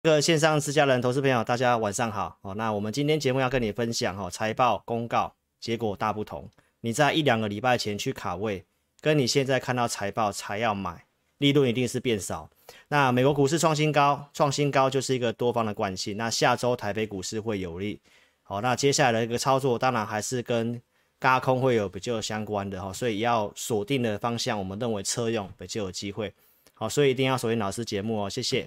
各个线上自家人投资朋友，大家晚上好哦。那我们今天节目要跟你分享财报公告结果大不同。你在1-2个礼拜前去卡位，跟你现在看到财报才要买，利润一定是变少。那美国股市创新高，创新高就是一个多方的惯性。那下周台北股市会有利。好，那接下来的一个操作，当然还是跟轧空会有比较相关的所以要锁定的方向，我们认为车用比较有机会。好，所以一定要锁定老师节目谢谢。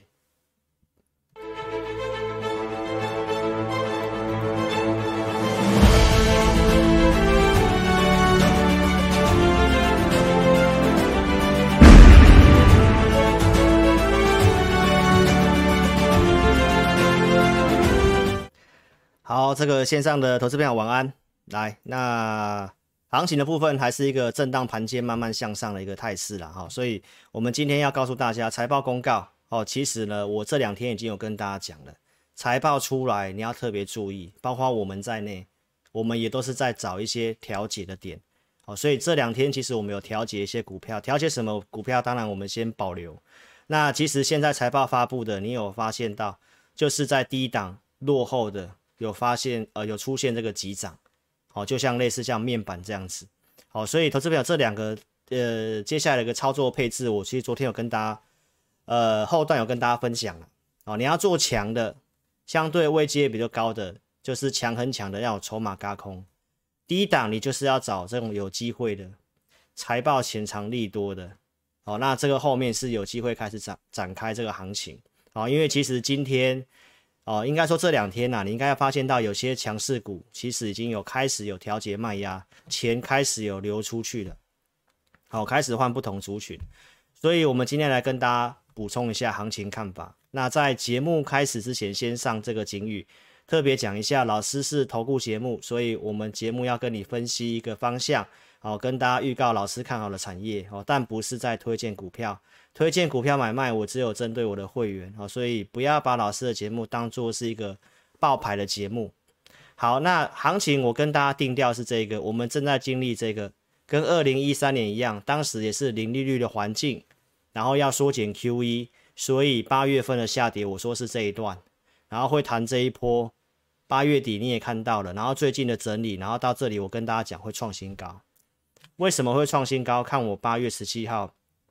好，这个线上的投资朋友晚安。来，那行情的部分还是一个震荡盘间慢慢向上的一个态势啦所以我们今天要告诉大家财报公告其实呢，我这2天已经有跟大家讲了，财报出来你要特别注意，包括我们在内，我们也都是在找一些调节的点所以这2天其实我们有调节一些股票，调节什么股票，当然我们先保留。那其实现在财报发布的，你有发现到就是在低档落后的有发现有出现这个急涨就像类似像面板这样子所以投资朋友这2个接下来的一个操作配置，我其实昨天有跟大家后段有跟大家分享了你要做强的，相对位阶比较高的，就是强很强的要有筹码轧空，低档你就是要找这种有机会的财报潜藏利多的那这个后面是有机会开始展开这个行情因为其实今天应该说这2天你应该要发现到有些强势股其实已经开始有调节卖压，钱开始有流出去了开始换不同族群。所以我们今天来跟大家补充一下行情看法。那在节目开始之前，先上这个警语，特别讲一下，老师是投顾节目，所以我们节目要跟你分析一个方向跟大家预告老师看好的产业但不是在推荐股票。推荐股票买卖，我只有针对我的会员所以不要把老师的节目当作是一个爆牌的节目。好，那行情我跟大家定调是这个，我们正在经历这个跟2013年一样，当时也是零利率的环境，然后要缩减 QE， 所以8月份的下跌我说是这一段，然后会谈这一波，8月底你也看到了，然后最近的整理，然后到这里我跟大家讲会创新高。为什么会创新高？看我8月17号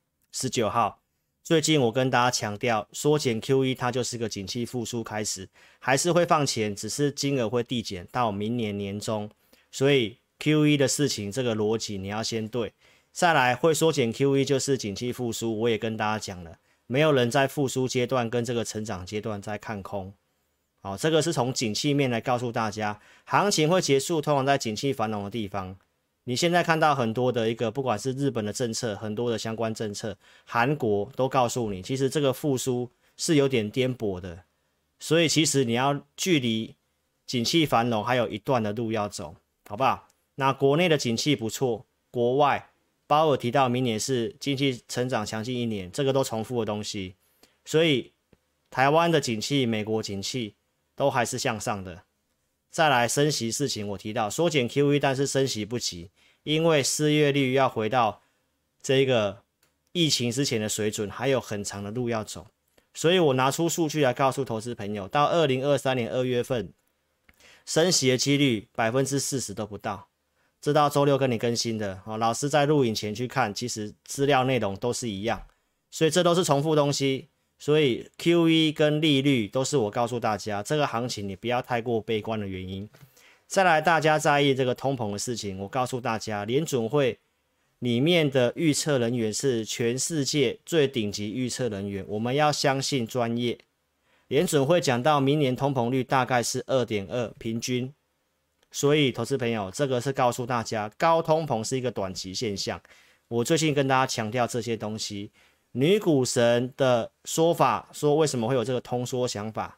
19号，最近我跟大家强调，缩减 QE 它就是个景气复苏开始，还是会放钱，只是金额会递减到明年年中，所以 QE 的事情这个逻辑你要先对。再来会缩减 QE 就是景气复苏，我也跟大家讲了，没有人在复苏阶段跟这个成长阶段在看空。这个是从景气面来告诉大家，行情会结束，通常在景气繁荣的地方。你现在看到很多的一个，不管是日本的政策，很多的相关政策，韩国都告诉你，其实这个复苏是有点颠簸的，所以其实你要距离景气繁荣还有一段的路要走，好不好？那国内的景气不错，国外鲍尔提到明年是经济成长强劲1年，这个都重复的东西，所以台湾的景气、美国景气都还是向上的。再来升息事情，我提到缩减 QE， 但是升息不急，因为失业率要回到这个疫情之前的水准，还有很长的路要走。所以我拿出数据来告诉投资朋友，到2023年2月份，升息的几率40%都不到。这到周六跟你更新的老师在录影前去看，其实资料内容都是一样，所以这都是重复东西。所以 QE 跟利率都是我告诉大家，这个行情你不要太过悲观的原因。再来，大家在意这个通膨的事情，我告诉大家，联准会里面的预测人员是全世界最顶级预测人员，我们要相信专业。联准会讲到明年通膨率大概是 2.2 平均，所以投资朋友，这个是告诉大家，高通膨是一个短期现象。我最近跟大家强调这些东西。女股神的说法说为什么会有这个通缩想法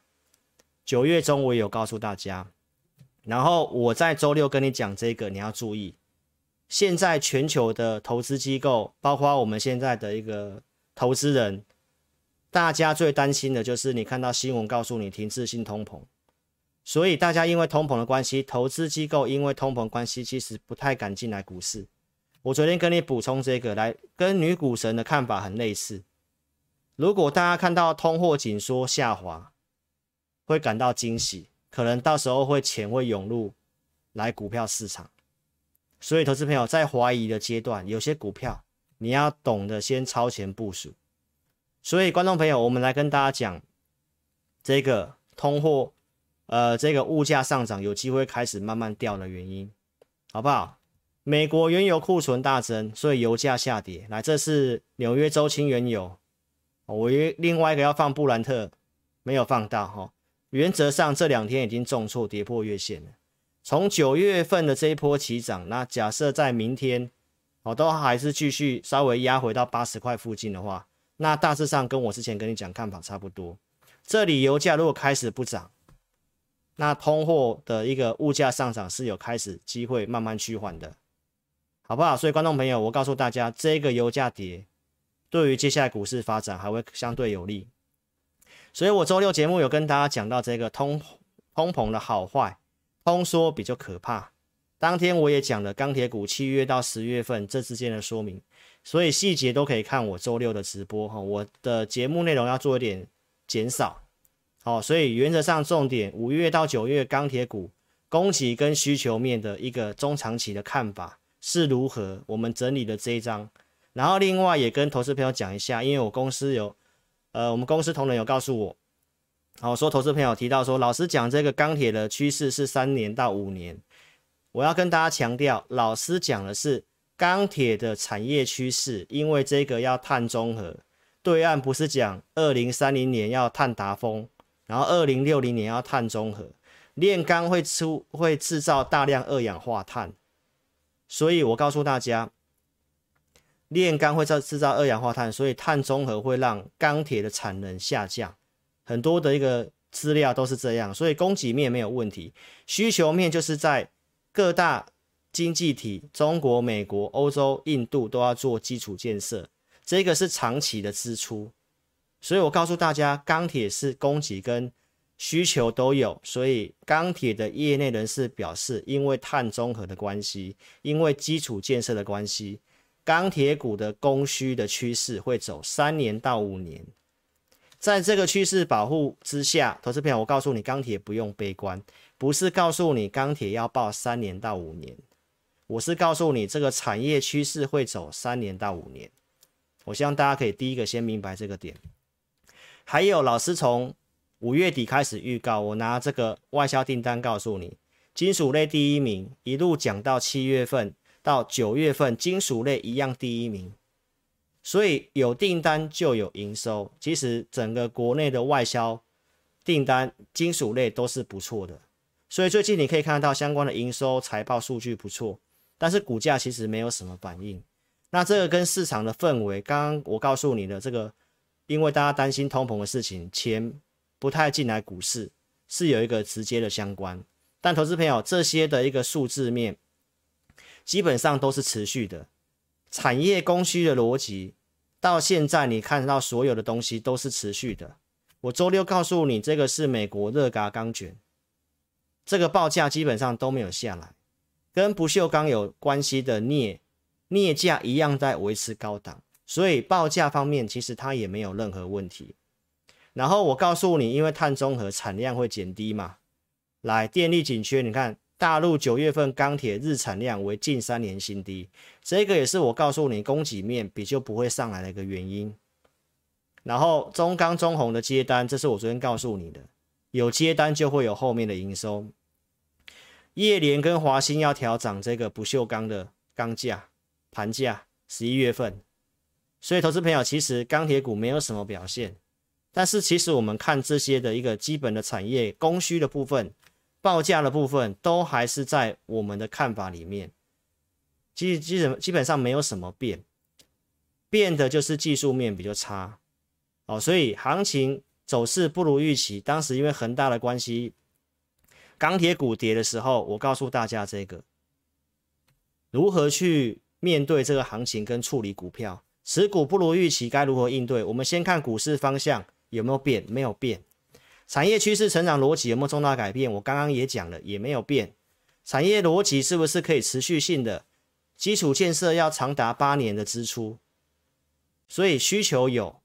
，9月中我也有告诉大家，然后我在周六跟你讲这个，你要注意，现在全球的投资机构，包括我们现在的一个投资人，大家最担心的就是你看到新闻告诉你停滞性通膨，所以大家因为通膨的关系，投资机构因为通膨关系，其实不太敢进来股市。我昨天跟你补充这个，来跟女股神的看法很类似。如果大家看到通货紧缩下滑， 会感到惊喜，可能到时候钱会涌入来股票市场。所以投资朋友在怀疑的阶段，有些股票你要懂得先超前部署。所以观众朋友，我们来跟大家讲这个通货这个物价上涨有机会开始慢慢掉的原因，好不好？美国原油库存大增，所以油价下跌。来，这是纽约州轻原油，我另外一个要放布兰特，没有放到哈。原则上这2天已经重挫跌破月线了。从9月份的这一波起涨，那假设在明天都还是继续稍微压回到80块附近的话，那大致上跟我之前跟你讲看法差不多。这里油价如果开始不涨，那通货的一个物价上涨是有开始机会慢慢趋缓的，好不好？所以观众朋友，我告诉大家，这个油价跌对于接下来股市发展还会相对有利。所以我周六节目有跟大家讲到这个通膨的好坏，通缩比较可怕。当天我也讲了钢铁股7月到10月份这之间的说明，所以细节都可以看我周六的直播，我的节目内容要做一点减少。所以原则上重点5月到9月钢铁股供给跟需求面的一个中长期的看法是如何，我们整理了这一章。然后另外也跟投资朋友讲一下，因为我公司有我们公司同仁有告诉我，说投资朋友提到说老师讲这个钢铁的趋势是3年到5年，我要跟大家强调，老师讲的是钢铁的产业趋势，因为这个要碳中和，对岸不是讲2030年要碳达峰，然后2060年要碳中和，炼钢会制造大量二氧化碳，所以我告诉大家，炼钢会制造二氧化碳，所以碳中和会让钢铁的产能下降，很多的一个资料都是这样，所以供给面没有问题，需求面就是在各大经济体，中国、美国、欧洲、印度都要做基础建设，这个是长期的支出。所以我告诉大家，钢铁是供给跟需求都有，所以钢铁的业内人士表示，因为碳中和的关系，因为基础建设的关系，钢铁股的供需的趋势会走3年到5年。在这个趋势保护之下，投资朋友，我告诉你，钢铁不用悲观，不是告诉你钢铁要报3年到5年，我是告诉你这个产业趋势会走3年到5年。我希望大家可以第一个先明白这个点。还有老师从5月底开始预告，我拿这个外销订单告诉你，金属类第1名，一路讲到7月份到9月份，金属类一样第1名。所以有订单就有营收，其实整个国内的外销订单金属类都是不错的，所以最近你可以看到相关的营收财报数据不错，但是股价其实没有什么反应。那这个跟市场的氛围，刚刚我告诉你的这个，因为大家担心通膨的事情，钱不太进来股市，是有一个直接的相关。但投资朋友，这些的一个数字面基本上都是持续的，产业供需的逻辑到现在你看到所有的东西都是持续的。我周六告诉你，这个是美国热轧钢卷，这个报价基本上都没有下来，跟不锈钢有关系的镍价一样在维持高档，所以报价方面其实它也没有任何问题。然后我告诉你，因为碳中和产量会减低嘛，来电力紧缺，你看大陆9月份钢铁日产量为近3年新低，这个也是我告诉你供给面比较不会上来的一个原因。然后中钢中红的接单，这是我昨天告诉你的，有接单就会有后面的营收。叶联跟华兴要调涨这个不锈钢的钢价盘价11月份，所以投资朋友，其实钢铁股没有什么表现，但是其实我们看这些的一个基本的产业供需的部分，报价的部分都还是在我们的看法里面，基本上没有什么变的就是技术面比较差所以行情走势不如预期。当时因为恒大的关系，钢铁股跌的时候，我告诉大家这个如何去面对这个行情跟处理股票，持股不如预期该如何应对。我们先看股市方向有没有变，没有变。产业趋势成长逻辑有没有重大改变，我刚刚也讲了，也没有变。产业逻辑是不是可以持续性的，基础建设要长达8年的支出，所以需求有，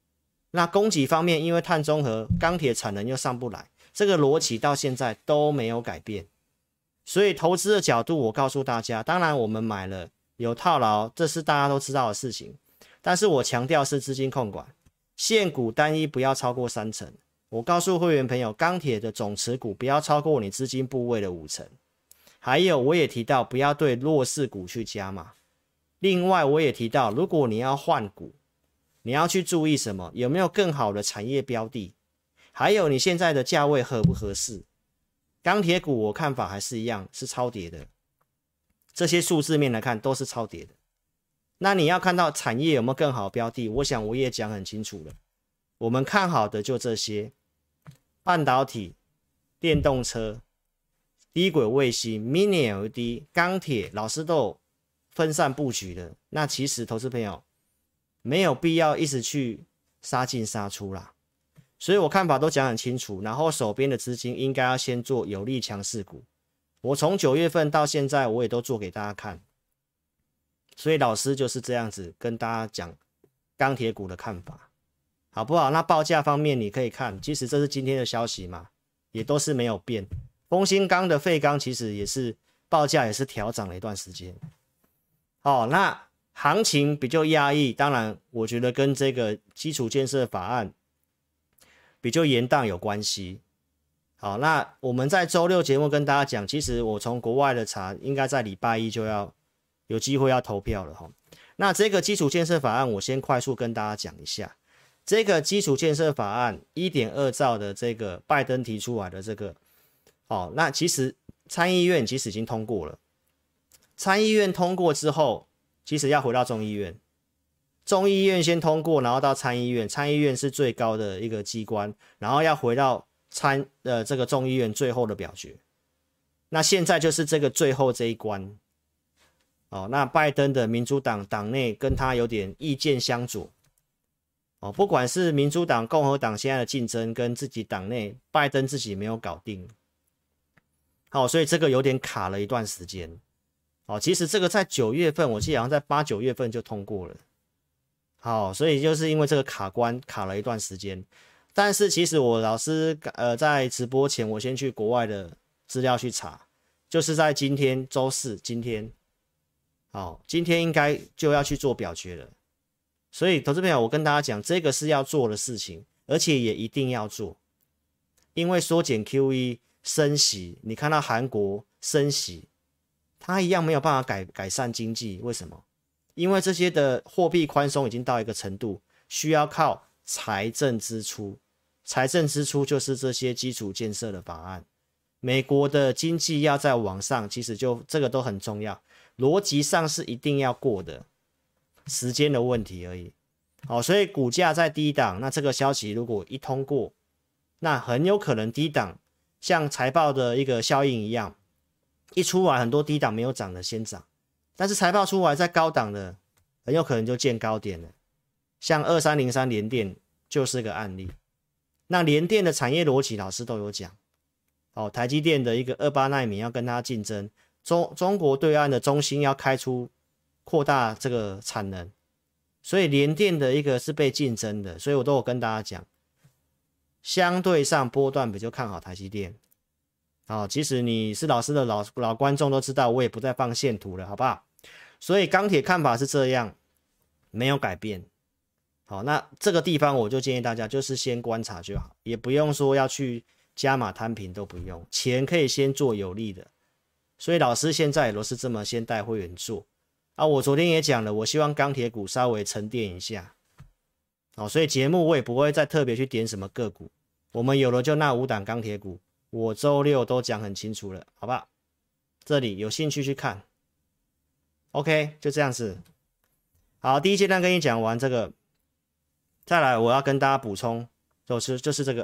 那供给方面，因为碳中和，钢铁产能又上不来，这个逻辑到现在都没有改变。所以投资的角度，我告诉大家，当然我们买了有套牢，这是大家都知道的事情。但是我强调是资金控管，现股单一不要超过30%。我告诉会员朋友，钢铁的总持股不要超过你资金部位的50%。还有我也提到，不要对弱势股去加码。另外我也提到，如果你要换股，你要去注意什么？有没有更好的产业标的？还有你现在的价位合不合适？钢铁股我看法还是一样，是超跌的。这些数字面来看都是超跌的。那你要看到产业有没有更好的标的？我想我也讲很清楚了。我们看好的就这些：半导体、电动车、低轨卫星、Mini LED、钢铁，老师都有分散布局的。那其实投资朋友没有必要一直去杀进杀出啦。所以我看法都讲很清楚，然后手边的资金应该要先做有利强势股。我从9月份到现在，我也都做给大家看。所以老师就是这样子跟大家讲钢铁股的看法，好不好？那报价方面你可以看，其实这是今天的消息嘛，也都是没有变。丰兴钢的废钢其实也是报价也是调涨了一段时间。那行情比较压抑，当然我觉得跟这个基础建设法案比较延宕有关系。好，那我们在周六节目跟大家讲，其实我从国外的查，应该在礼拜一就要有机会要投票了哈。那这个基础建设法案，我先快速跟大家讲一下。这个基础建设法案 1.2 兆的这个拜登提出来的这个，那其实参议院其实已经通过了。参议院通过之后，其实要回到众议院。众议院先通过，然后到参议院，参议院是最高的一个机关，然后要回到这个众议院最后的表决。那现在就是这个最后这一关。那拜登的民主党党内跟他有点意见相左。不管是民主党、共和党现在的竞争跟自己党内，拜登自己没有搞定。所以这个有点卡了一段时间。其实这个在9月份，我记得好像在8、9月份就通过了。所以就是因为这个卡关卡了一段时间，但是其实我老师在直播前，我先去国外的资料去查，就是在今天周四，今天应该就要去做表决了。所以投资朋友，我跟大家讲，这个是要做的事情，而且也一定要做，因为缩减 QE 升息，你看到韩国升息，它一样没有办法改善经济，为什么？因为这些的货币宽松已经到一个程度，需要靠财政支出。财政支出就是这些基础建设的法案。美国的经济要再往上，其实就这个都很重要，逻辑上是一定要过的，时间的问题而已。所以股价在低档，那这个消息如果一通过，那很有可能低档像财报的一个效应一样，一出来很多低档没有涨的先涨。但是财报出来在高档的，很有可能就见高点了。像2303联电就是个案例。那联电的产业逻辑老师都有讲。台积电的一个28奈米要跟它竞争，中国对岸的中芯要开出扩大这个产能，所以联电的一个是被竞争的，所以我都有跟大家讲，相对上波段比较看好台积电。其实你是老师的老观众都知道，我也不再放线图了，好不好？所以钢铁看法是这样，没有改变。那这个地方我就建议大家就是先观察就好，也不用说要去加码摊平，都不用，钱可以先做有利的。所以老师现在也都是这么先带会员做。我昨天也讲了，我希望钢铁股稍微沉淀一下。所以节目我也不会再特别去点什么个股，我们有了就那5档钢铁股，我周六都讲很清楚了，好不好？这里有兴趣去看。OK， 就这样子。好，第一阶段跟你讲完这个，再来我要跟大家补充，就是这个。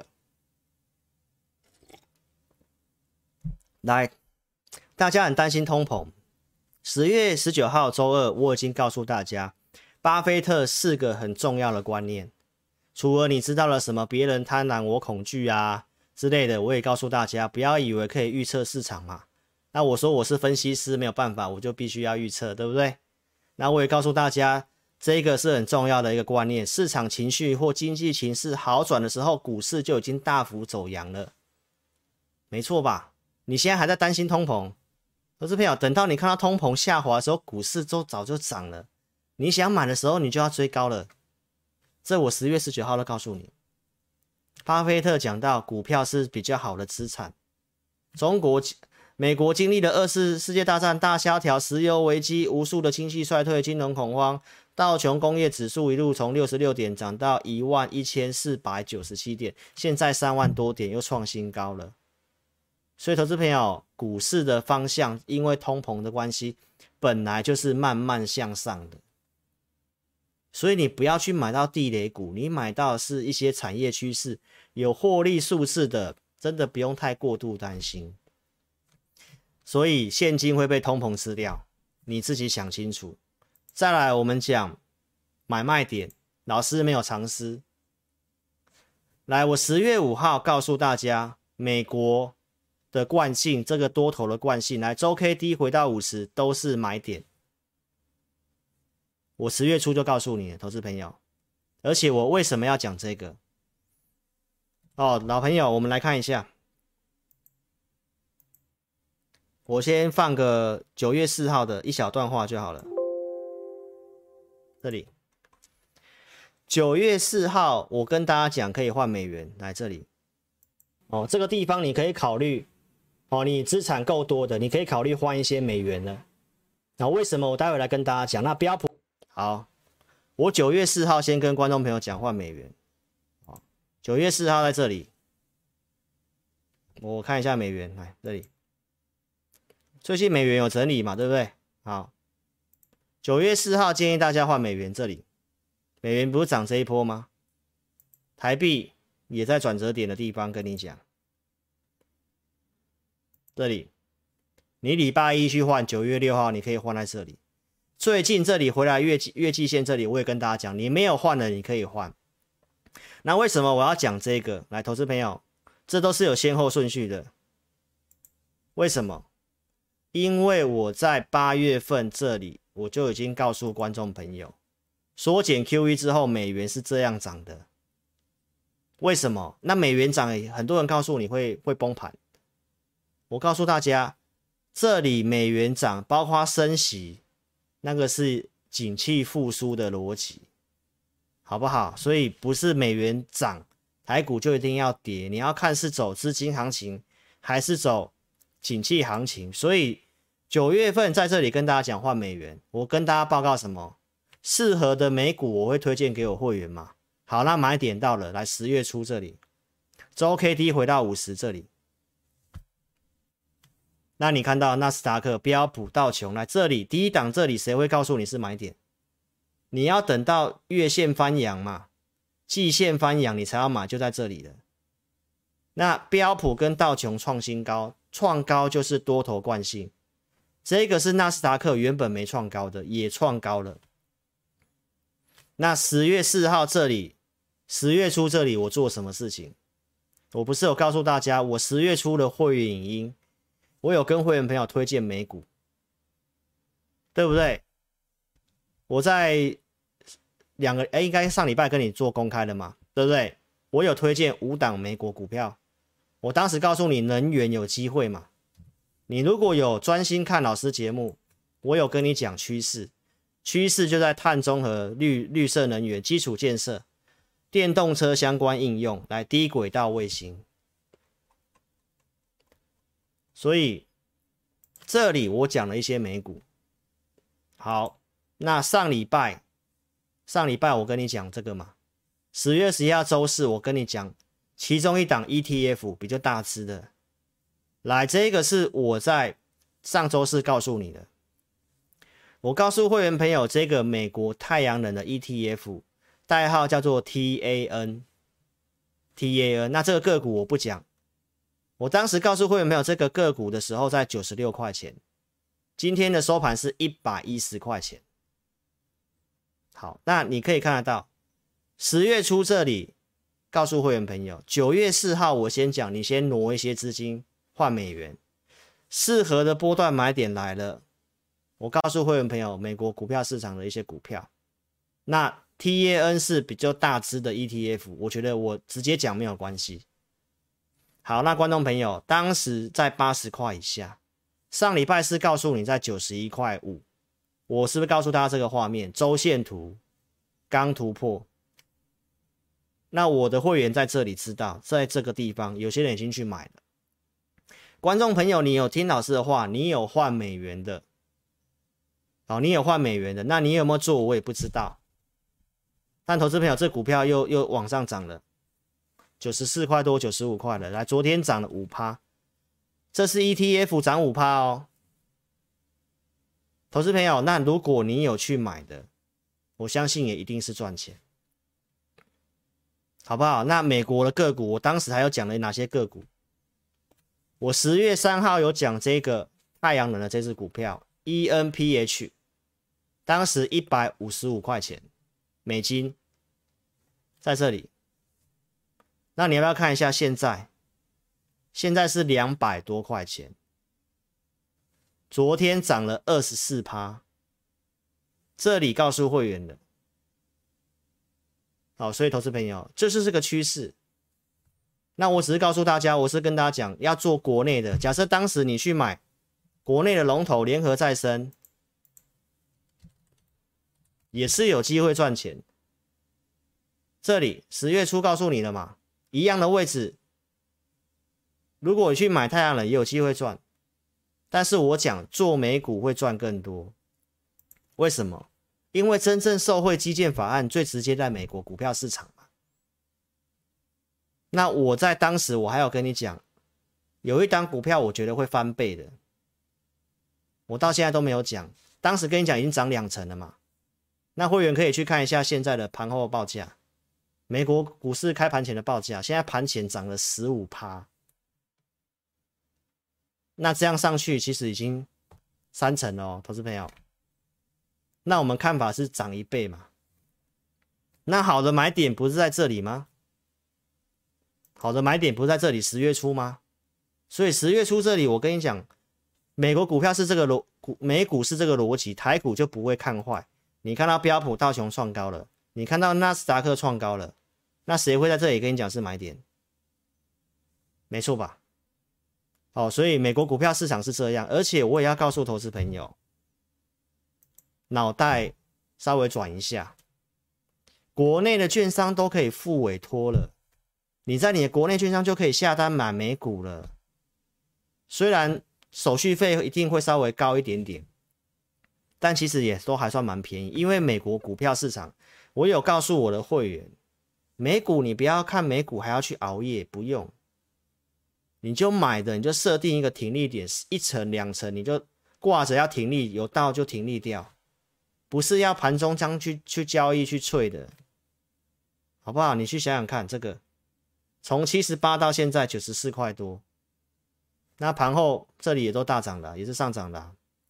来，大家很担心通膨。10月19号周二，我已经告诉大家，巴菲特4个很重要的观念。除了你知道了什么别人贪婪我恐惧啊之类的，我也告诉大家，不要以为可以预测市场嘛。那我说我是分析师，没有办法，我就必须要预测，对不对？那我也告诉大家， 这个是很重要的一个观念，市场情绪或经济情势好转的时候，股市就已经大幅走阳了，没错吧？你现在还在担心通膨，投资朋友，等到你看到通膨下滑的时候，股市都早就涨了，你想买的时候，你就要追高了。这我10月19号都告诉你，巴菲特讲到股票是比较好的资产。美国经历了2次世界大战、大萧条、石油危机、无数的经济衰退、金融恐慌，道琼工业指数一路从66点涨到11497点，现在3万多点又创新高了。所以投资朋友，股市的方向因为通膨的关系，本来就是慢慢向上的。所以你不要去买到地雷股，你买到的是一些产业趋势有获利数字的，真的不用太过度担心。所以现金会被通膨吃掉，你自己想清楚。再来我们讲买卖点，老师没有藏私。来，我10月5号告诉大家，美国的惯性，这个多头的惯性，来周 K D 回到50都是买点。我10月初就告诉你了，投资朋友。而且我为什么要讲这个？老朋友，我们来看一下。我先放个9月4号的一小段话就好了。这里9月4号我跟大家讲可以换美元，来这里。这个地方你可以考虑，你资产够多的，你可以考虑换一些美元了。那为什么我待会来跟大家讲？那标普好，我9月4号先跟观众朋友讲换美元。9月4号在这里，我看一下美元，来这里。最近美元有整理嘛，对不对？好，9月4号建议大家换美元，这里美元不是涨这一波吗？台币也在转折点的地方，跟你讲，这里你礼拜一去换，9月6号你可以换在这里。最近这里回来月季线这里，我也跟大家讲，你没有换的你可以换。那为什么我要讲这个？来，投资朋友，这都是有先后顺序的。为什么？因为我在8月份这里我就已经告诉观众朋友，缩减 QE 之后美元是这样涨的。为什么？那美元涨，很多人告诉你会崩盘。我告诉大家，这里美元涨，包括升息，那个是景气复苏的逻辑，好不好？所以不是美元涨，台股就一定要跌，你要看是走资金行情还是走景气行情。所以9月份在这里跟大家讲换美元，我跟大家报告什么？适合的美股我会推荐给我会员嘛。好，那买点到了，来10月初这里，周 K D 回到50这里。那你看到纳斯达克、标普、道琼来这里第一档，这里谁会告诉你是买点？你要等到月线翻阳嘛，季线翻阳你才要买，就在这里了。那标普跟道琼创新高，创高就是多头惯性。这个是纳斯达克原本没创高的，也创高了。那10月4号这里，10月初这里我做什么事情？我不是有告诉大家，我10月初的会员影音，我有跟会员朋友推荐美股，对不对？我在应该上礼拜跟你做公开的嘛，对不对？我有推荐5档美国股票，我当时告诉你能源有机会嘛。你如果有专心看老师节目，我有跟你讲趋势，趋势就在碳中和、绿色能源、基础建设、电动车相关应用，来低轨道卫星。所以这里我讲了一些美股。好，那上礼拜我跟你讲这个嘛，10月11号周四我跟你讲其中一档 ETF 比较大只的。来，这个是我在上周四告诉你的。我告诉会员朋友，这个美国太阳能的 ETF 代号叫做 TAN。那这个个股我不讲。我当时告诉会员朋友这个个股的时候在96块钱，今天的收盘是110块钱。好，那你可以看得到10月初这里告诉会员朋友，9月4号我先讲，你先挪一些资金换美元，适合的波段买点来了。我告诉会员朋友，美国股票市场的一些股票， 那 TAN 是比较大只的 ETF， 我觉得我直接讲没有关系。好，那观众朋友，当时在80块以下，上礼拜是告诉你在91块5，我是不是告诉大家这个画面？周线图刚突破，那我的会员在这里知道，在这个地方，有些人已经去买了。观众朋友，你有听老师的话，你有换美元的，好，你有换美元的，那你有没有做？我也不知道。但投资朋友，这股票又往上涨了，94块多，95块了。来，昨天涨了 5%， 这是 ETF 涨 5% 哦。投资朋友，那如果你有去买的，我相信也一定是赚钱，好不好？那美国的个股，我当时还有讲了哪些个股？我10月3号有讲这个太阳能的这只股票 ENPH， 当时155块钱美金，在这里。那你要不要看一下现在？现在是200多块钱，昨天涨了 24%， 这里告诉会员的。好，所以投资朋友，这是个趋势。那我只是告诉大家，我是跟大家讲，要做国内的。假设当时你去买国内的龙头联合再生，也是有机会赚钱。这里10月初告诉你了嘛，一样的位置，如果你去买太阳能也有机会赚，但是我讲做美股会赚更多。为什么？因为真正受惠基建法案最直接在美国股票市场嘛。那我在当时我还要跟你讲，有一档股票我觉得会翻倍的，我到现在都没有讲，当时跟你讲已经涨2成了嘛。那会员可以去看一下现在的盘后报价，美国股市开盘前的报价，现在盘前涨了 15%， 那这样上去其实已经3成了哦，投资朋友。那我们看法是涨1倍嘛，那好的买点不是在这里吗？好的买点不是在这里10月初吗？所以10月初这里我跟你讲，美国股票是这个美股是这个逻辑，台股就不会看坏。你看到标普道琼创高了，你看到纳斯达克创高了，那谁会在这里跟你讲是买点？没错吧？哦，所以美国股票市场是这样，而且我也要告诉投资朋友，脑袋稍微转一下，国内的券商都可以付委托了，你在你的国内券商就可以下单买美股了。虽然手续费一定会稍微高一点点，但其实也都还算蛮便宜。因为美国股票市场，我有告诉我的会员，美股你不要看美股还要去熬夜，不用，你就买的，你就设定一个停利点，1成2成，你就挂着要停利，有到就停利掉，不是要盘中将去交易去脆的，好不好？你去想想看，这个从78到现在94块多，那盘后这里也都大涨了，也是上涨了。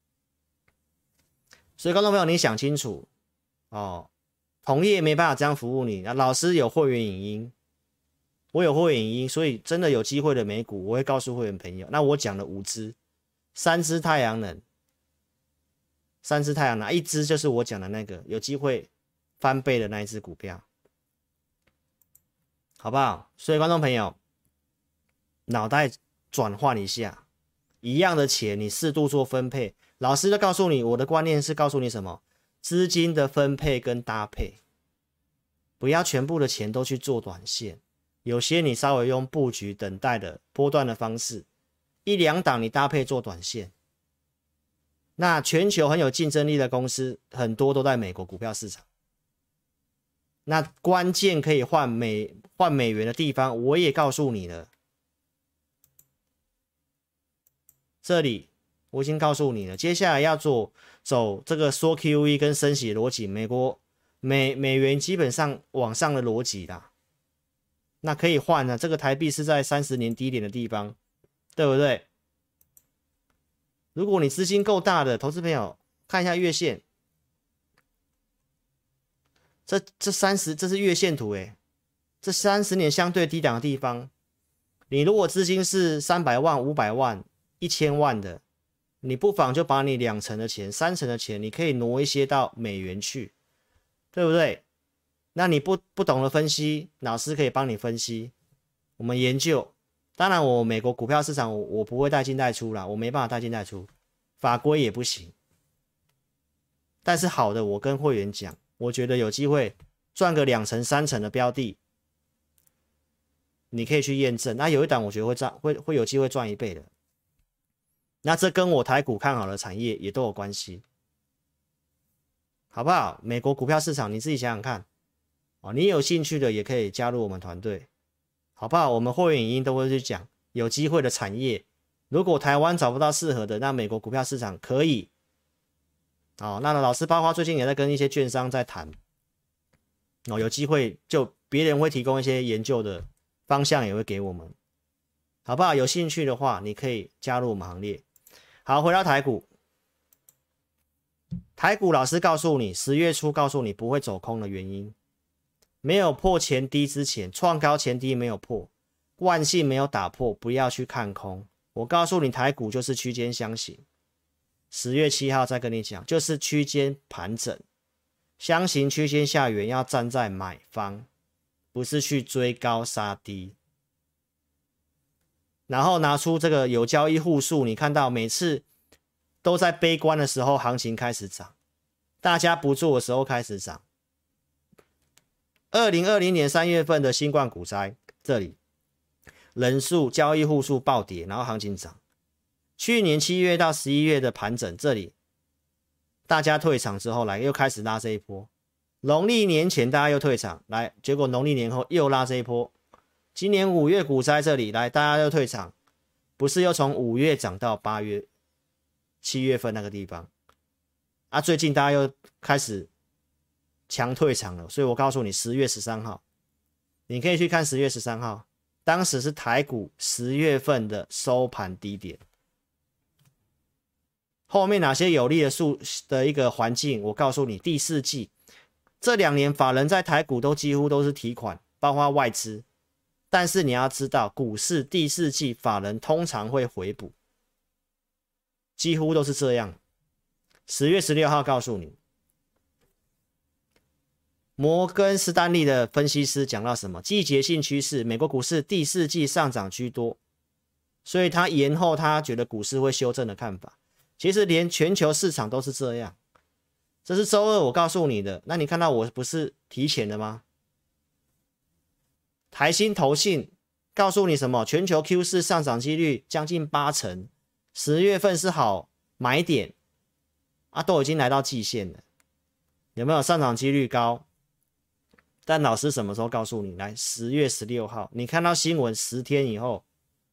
所以观众朋友，你想清楚哦，同业没办法这样服务你。那老师有会员影音，我有会员影音，所以真的有机会的美股，我会告诉会员朋友。那我讲了5只，3只太阳能，3只太阳能，1只就是我讲的那个有机会翻倍的那一只股票，好不好？所以观众朋友，脑袋转换一下，一样的钱你适度做分配。老师就告诉你，我的观念是告诉你什么？资金的分配跟搭配，不要全部的钱都去做短线，有些你稍微用布局等待的波段的方式，1、2档你搭配做短线。那全球很有竞争力的公司很多都在美国股票市场，那关键可以换美元的地方我也告诉你了，这里我已经告诉你了，接下来要走这个缩 QE 跟升息的逻辑，美元基本上往上的逻辑啦，那可以换了，这个台币是在30年低点的地方，对不对？如果你资金够大的投资朋友，看一下月线，这是月线图诶，这30年相对低档的地方，你如果资金是300万、500万、1000万的，你不妨就把你2成的钱、3成的钱，你可以挪一些到美元去， 对不对？那你不懂得分析，老师可以帮你分析，我们研究。当然，我美国股票市场我不会带进带出啦，我没办法带进带出，法规也不行。但是好的，我跟会员讲，我觉得有机会赚个2成3成的标的，你可以去验证。那有一档我觉得会有机会赚1倍的。那这跟我台股看好的产业也都有关系，好不好？美国股票市场你自己想想看，你有兴趣的也可以加入我们团队，好不好？我们会员影音都会去讲有机会的产业，如果台湾找不到适合的，那美国股票市场可以。那老师包括最近也在跟一些券商在谈，有机会就别人会提供一些研究的方向，也会给我们，好不好？有兴趣的话，你可以加入我们行列。好，回到台股，老师告诉你，10月初告诉你不会走空的原因，没有破前低之前，创高前低没有破，惯性没有打破，不要去看空。我告诉你，台股就是区间箱型。10月7号再跟你讲，就是区间盘整，箱型区间下缘要站在买方，不是去追高杀低。然后拿出这个有交易户数，你看到每次都在悲观的时候，行情开始涨，大家不做的时候开始涨。2020年3月份的新冠股灾，这里人数交易户数暴跌，然后行情涨。去年7月到11月的盘整，这里大家退场之后来又开始拉这一波。农历年前大家又退场来，结果农历年后又拉这一波。今年5月股灾这里来，大家又退场，不是又从5月涨到8月、7月份那个地方啊？最近大家又开始强退场了，所以我告诉你，10月13号，你可以去看10月13号，当时是台股10月份的收盘低点。后面哪些有利的一个环境，我告诉你，第4季这2年法人在台股都几乎都是提款，包括外资。但是你要知道，股市第4季法人通常会回补，几乎都是这样。10月16号告诉你，摩根士丹利的分析师讲到什么？季节性趋势，美国股市第4季上涨居多，所以他延后他觉得股市会修正的看法。其实连全球市场都是这样，这是周二我告诉你的。那你看到我不是提前的吗？台新投信告诉你什么？全球 Q4 上涨几率将近8成，10月份是好买点啊，都已经来到季线了，有没有上涨几率高？但老师什么时候告诉你？来10月16号，你看到新闻10天以后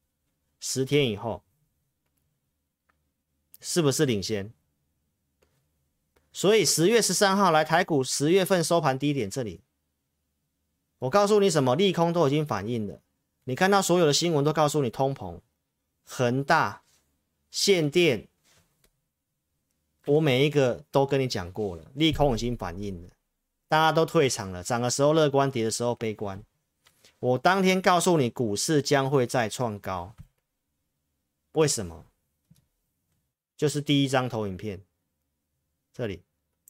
是不是领先？所以10月13号来台股10月份收盘低点这里，我告诉你什么？利空都已经反映了。你看到所有的新闻都告诉你通膨、恒大、限电，我每一个都跟你讲过了，利空已经反映了，大家都退场了，涨的时候乐观，跌的时候悲观。我当天告诉你，股市将会再创高，为什么？就是第一张投影片，这里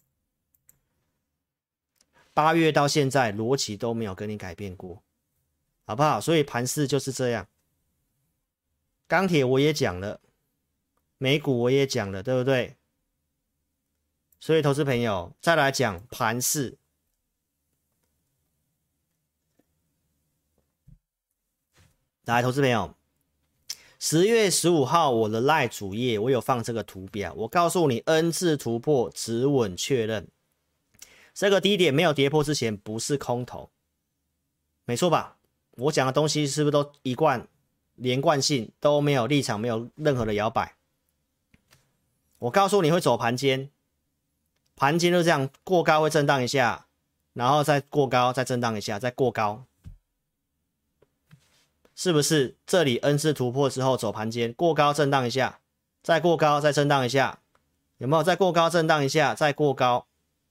8月到现在逻辑都没有跟你改变过，好不好？所以盘势就是这样。钢铁我也讲了，美股我也讲了，对不对？所以投资朋友再来讲盘势。来，投资朋友，10月15号我的 LINE 主页我有放这个图表，我告诉你 N 字突破止稳确认，这个低点没有跌破之前不是空头，没错吧？我讲的东西是不是都一贯连贯性，都没有立场，没有任何的摇摆？我告诉你会走盘间，盘间就这样过高会震荡一下，然后再过高再震荡一下，再过高，是不是这里 N 字突破之后走盘间，过高震荡一下，再过高再震荡一下，有没有？再过高震荡一下，再过高，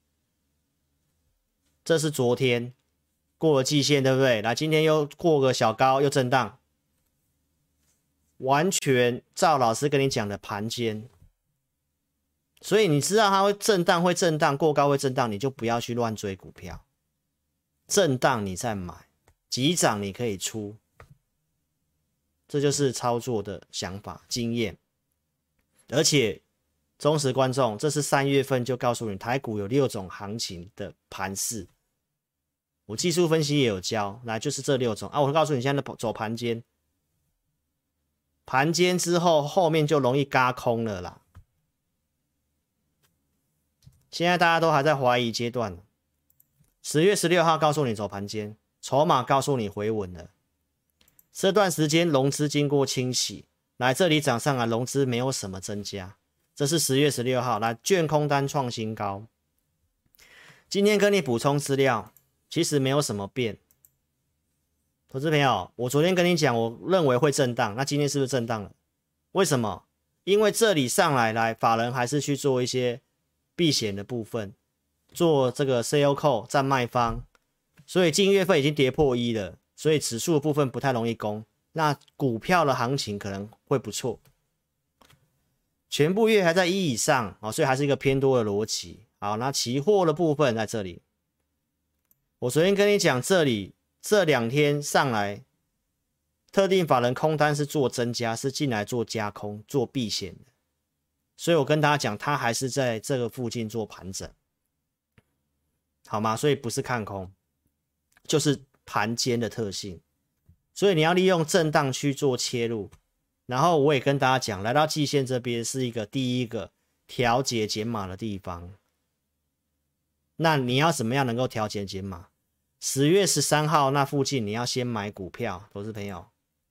这是昨天过了季线，对不对？来，今天又过个小高又震荡，完全照老师跟你讲的盘间。 所以你知道它会震荡，过高会震荡，你就不要去乱追股票。震荡你再买，急涨你可以出，这就是操作的想法、经验。而且忠实观众，这是3月份就告诉你，台股有6种行情的盘势，我技术分析也有教，来就是这6种啊。我会告诉你，现在的走盘间，盘间之后后面就容易軋空了啦。现在大家都还在怀疑阶段，10月16号告诉你走盘间，筹码告诉你回稳了。这段时间融资经过清洗，来这里涨上来，融资没有什么增加。这是10月16号，来券空单创新高。今天跟你补充资料，其实没有什么变。投资朋友，我昨天跟你讲，我认为会震荡，那今天是不是震荡了？为什么？因为这里上来，法人还是去做一些避险的部分，做这个 sell call 占卖方，所以近月份已经跌破1了，所以指数的部分不太容易攻，那股票的行情可能会不错。全部月还在1以上，所以还是一个偏多的逻辑。好，那期货的部分在这里，我昨天跟你讲，这里这2天上来，特定法人空单是做增加，是进来做加空、做避险的，所以我跟大家讲，它还是在这个附近做盘整，好吗？所以不是看空，就是盘间的特性，所以你要利用震荡区做切入。然后我也跟大家讲，来到季线这边是一个第一个调节减码的地方。那你要怎么样能够调节减码？10月13号那附近你要先买股票，投资朋友，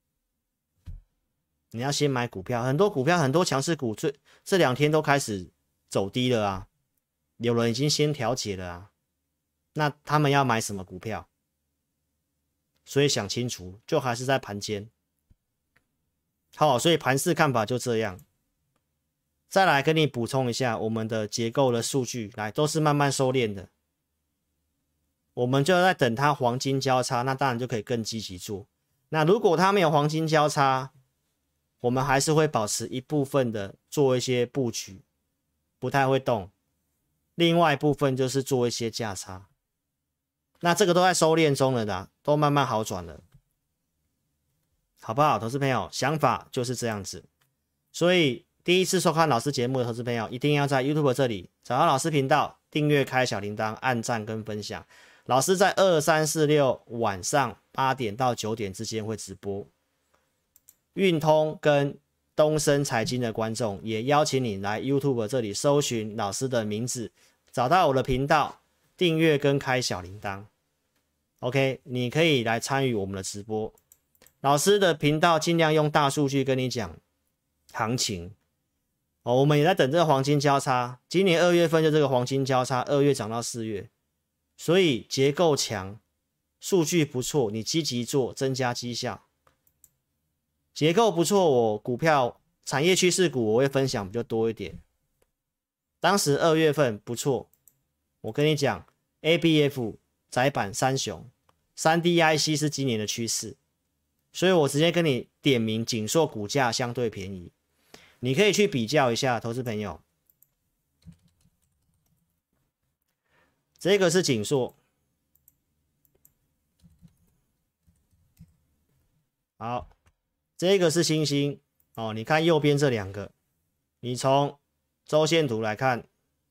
你要先买股票，很多股票很多强势股这2天都开始走低了啊，有人已经先调节了啊，那他们要买什么股票？所以想清楚，就还是在盘间。好，所以盘势看法就这样。再来跟你补充一下我们的结构的数据，来都是慢慢收敛的，我们就在等它黄金交叉，那当然就可以更积极做。那如果它没有黄金交叉，我们还是会保持一部分的做一些布局，不太会动。另外一部分就是做一些价差，那这个都在收敛中了啦，都慢慢好转了。好不好，投资朋友？想法就是这样子。所以第一次收看老师节目的投资朋友，一定要在 YouTube 这里找到老师频道，订阅、开小铃铛、按赞跟分享。老师在2、3、4、6晚上8点到9点之间会直播。运通跟东森财经的观众，也邀请你来 YouTube 这里搜寻老师的名字，找到我的频道，订阅跟开小铃铛。OK， 你可以来参与我们的直播。老师的频道尽量用大数据跟你讲行情我们也在等这个黄金交叉，今年2月份就这个黄金交叉，2月涨到4月，所以结构强，数据不错，你积极做，增加绩效。结构不错，我股票产业趋势股我会分享比较多一点。当时2月份不错，我跟你讲 ABF 载板三雄 3D IC 是今年的趋势，所以我直接跟你点名景硕股价相对便宜，你可以去比较一下，投资朋友。这个是景硕，好，这个是星星哦。你看右边这2个，你从周线图来看，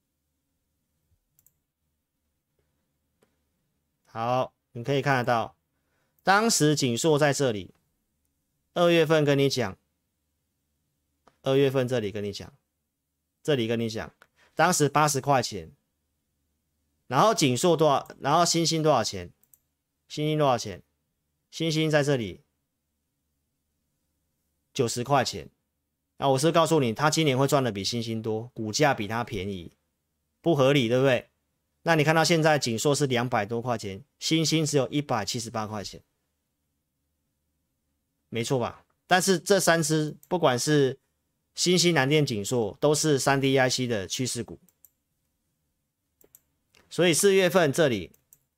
好，你可以看得到，当时景硕在这里，2月份跟你讲，2月份这里跟你讲，这里跟你讲，当时80块钱，然后景硕多少，然后星星多少钱？星星多少钱？星星在这里90块钱。那我是告诉你，他今年会赚的比星星多，股价比他便宜，不合理，对不对？那你看到现在景硕是200多块钱，星星只有178块钱，没错吧？但是这3只不管是新兴、南电、景硕，都是 3D IC 的趋势股。所以4月份这里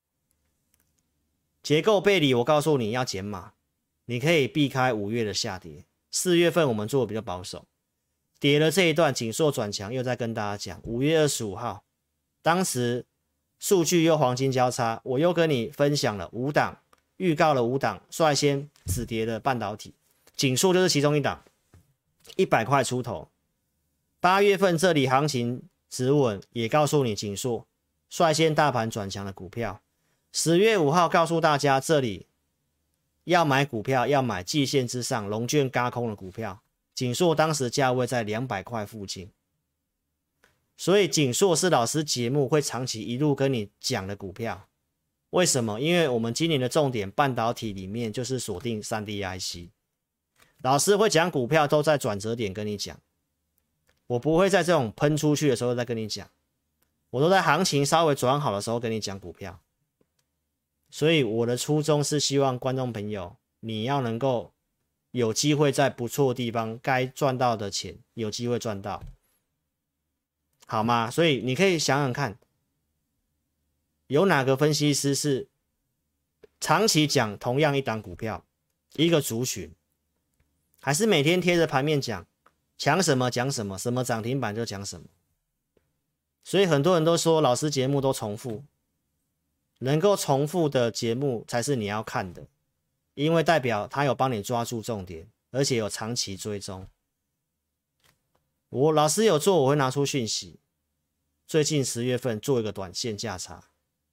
结构背离，我告诉你要减码，你可以避开5月的下跌。4月份我们做的比较保守， 跌了这一段，紧缩转强，又在跟大家讲，5月25号，当时数据又黄金交叉，我又跟你分享了5档，预告了5档率先止跌的半导体，紧缩就是其中一档，100块出头。8月份这里行情止稳，也告诉你紧缩率先大盘转强的股票。10月5号告诉大家，这里要买股票，要买季线之上龙卷轧空的股票。景硕当时价位在200块附近，所以景硕是老师节目会长期一路跟你讲的股票。为什么？因为我们今年的重点半导体里面就是锁定 3D IC， 老师会讲股票都在转折点跟你讲，我不会在这种喷出去的时候再跟你讲，我都在行情稍微转好的时候跟你讲股票。所以我的初衷是希望观众朋友你要能够有机会在不错的地方该赚到的钱有机会赚到，好吗？所以你可以想想看，有哪个分析师是长期讲同样一档股票一个族群，还是每天贴着盘面讲，讲什么讲什么，什么涨停板就讲什么。所以很多人都说老师节目都重复，能够重复的节目才是你要看的，因为代表他有帮你抓住重点，而且有长期追踪。我老师有做，我会拿出讯息。最近10月份做一个短线价差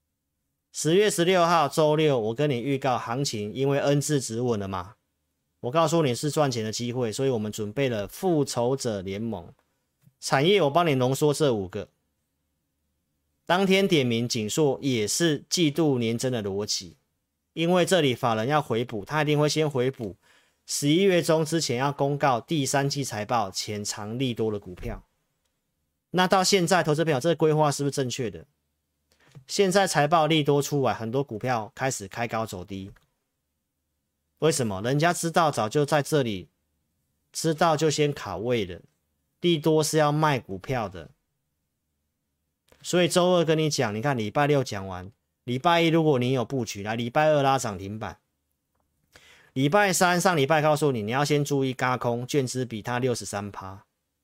，10月16号周六我跟你预告行情，因为 N 字止稳了嘛，我告诉你是赚钱的机会，所以我们准备了复仇者联盟产业，我帮你浓缩这5个。当天点名景硕也是季度年增的逻辑，因为这里法人要回补，他一定会先回补11月中之前要公告第3季财报潜藏利多的股票。那到现在投资朋友这个规划是不是正确的？现在财报利多出来，很多股票开始开高走低，为什么？人家知道早就在这里，知道就先卡位了，利多是要卖股票的。所以周二跟你讲，你看礼拜6讲完，礼拜1如果你有布局，来礼拜2拉涨停板，礼拜3上礼拜告诉你，你要先注意轧空，券资比它 63%，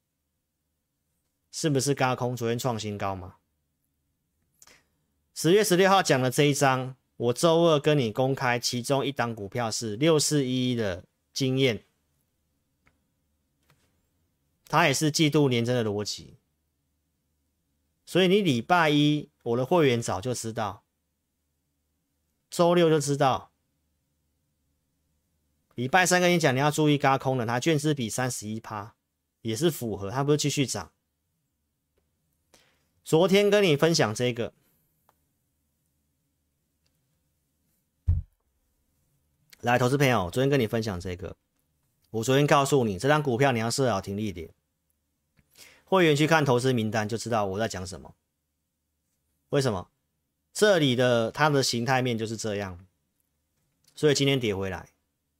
是不是轧空？昨天创新高嘛。10月16号讲的这一章，我周二跟你公开，其中一档股票是6411的经验，它也是季度年增的逻辑。所以你礼拜1我的会员早就知道，周6就知道，礼拜3跟你讲你要注意轧空了，它券资比 31%， 也是符合，它不是继续涨。昨天跟你分享这个，来投资朋友，昨天跟你分享这个，我昨天告诉你这张股票你要设好停利点，会员去看投资名单就知道我在讲什么。为什么？这里的它的形态面就是这样，所以今天跌回来。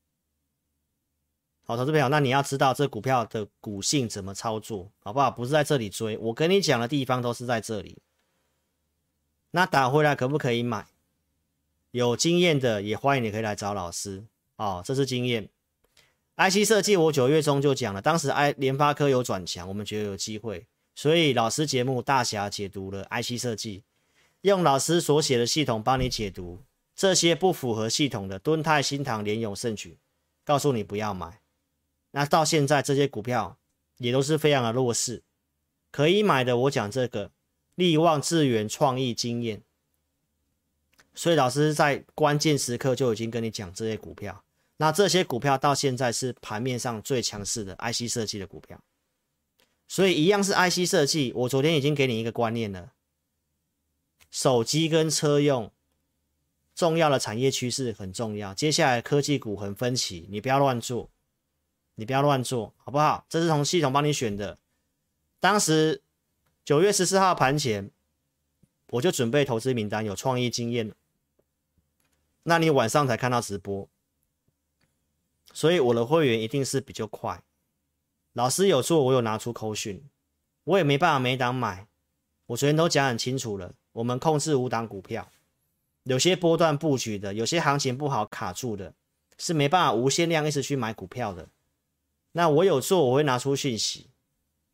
好，投资朋友，那你要知道这股票的股性怎么操作，好不好？不是在这里追，我跟你讲的地方都是在这里。那打回来可不可以买？有经验的也欢迎你可以来找老师哦，这是经验。IC 设计我9月中就讲了，当时联发科有转强，我们觉得有机会，所以老师节目大侠解读了 IC 设计，用老师所写的系统帮你解读这些不符合系统的敦泰、新唐、联咏、盛举，告诉你不要买。那到现在这些股票也都是非常的弱势，可以买的我讲这个力旺、智源、创意、经验，所以老师在关键时刻就已经跟你讲这些股票。那这些股票到现在是盘面上最强势的 IC 设计的股票，所以一样是 IC 设计，我昨天已经给你一个观念了，手机跟车用重要的产业趋势很重要，接下来科技股很分歧，你不要乱做，你不要乱做，好不好？这是从系统帮你选的。当时9月14号盘前，我就准备投资名单，有创意经验，那你晚上才看到直播，所以我的会员一定是比较快。老师有做，我有拿出扣讯，我也没办法每档买，我昨天都讲很清楚了，我们控制5档股票，有些波段布局的，有些行情不好卡住的，是没办法无限量一直去买股票的。那我有做，我会拿出讯息，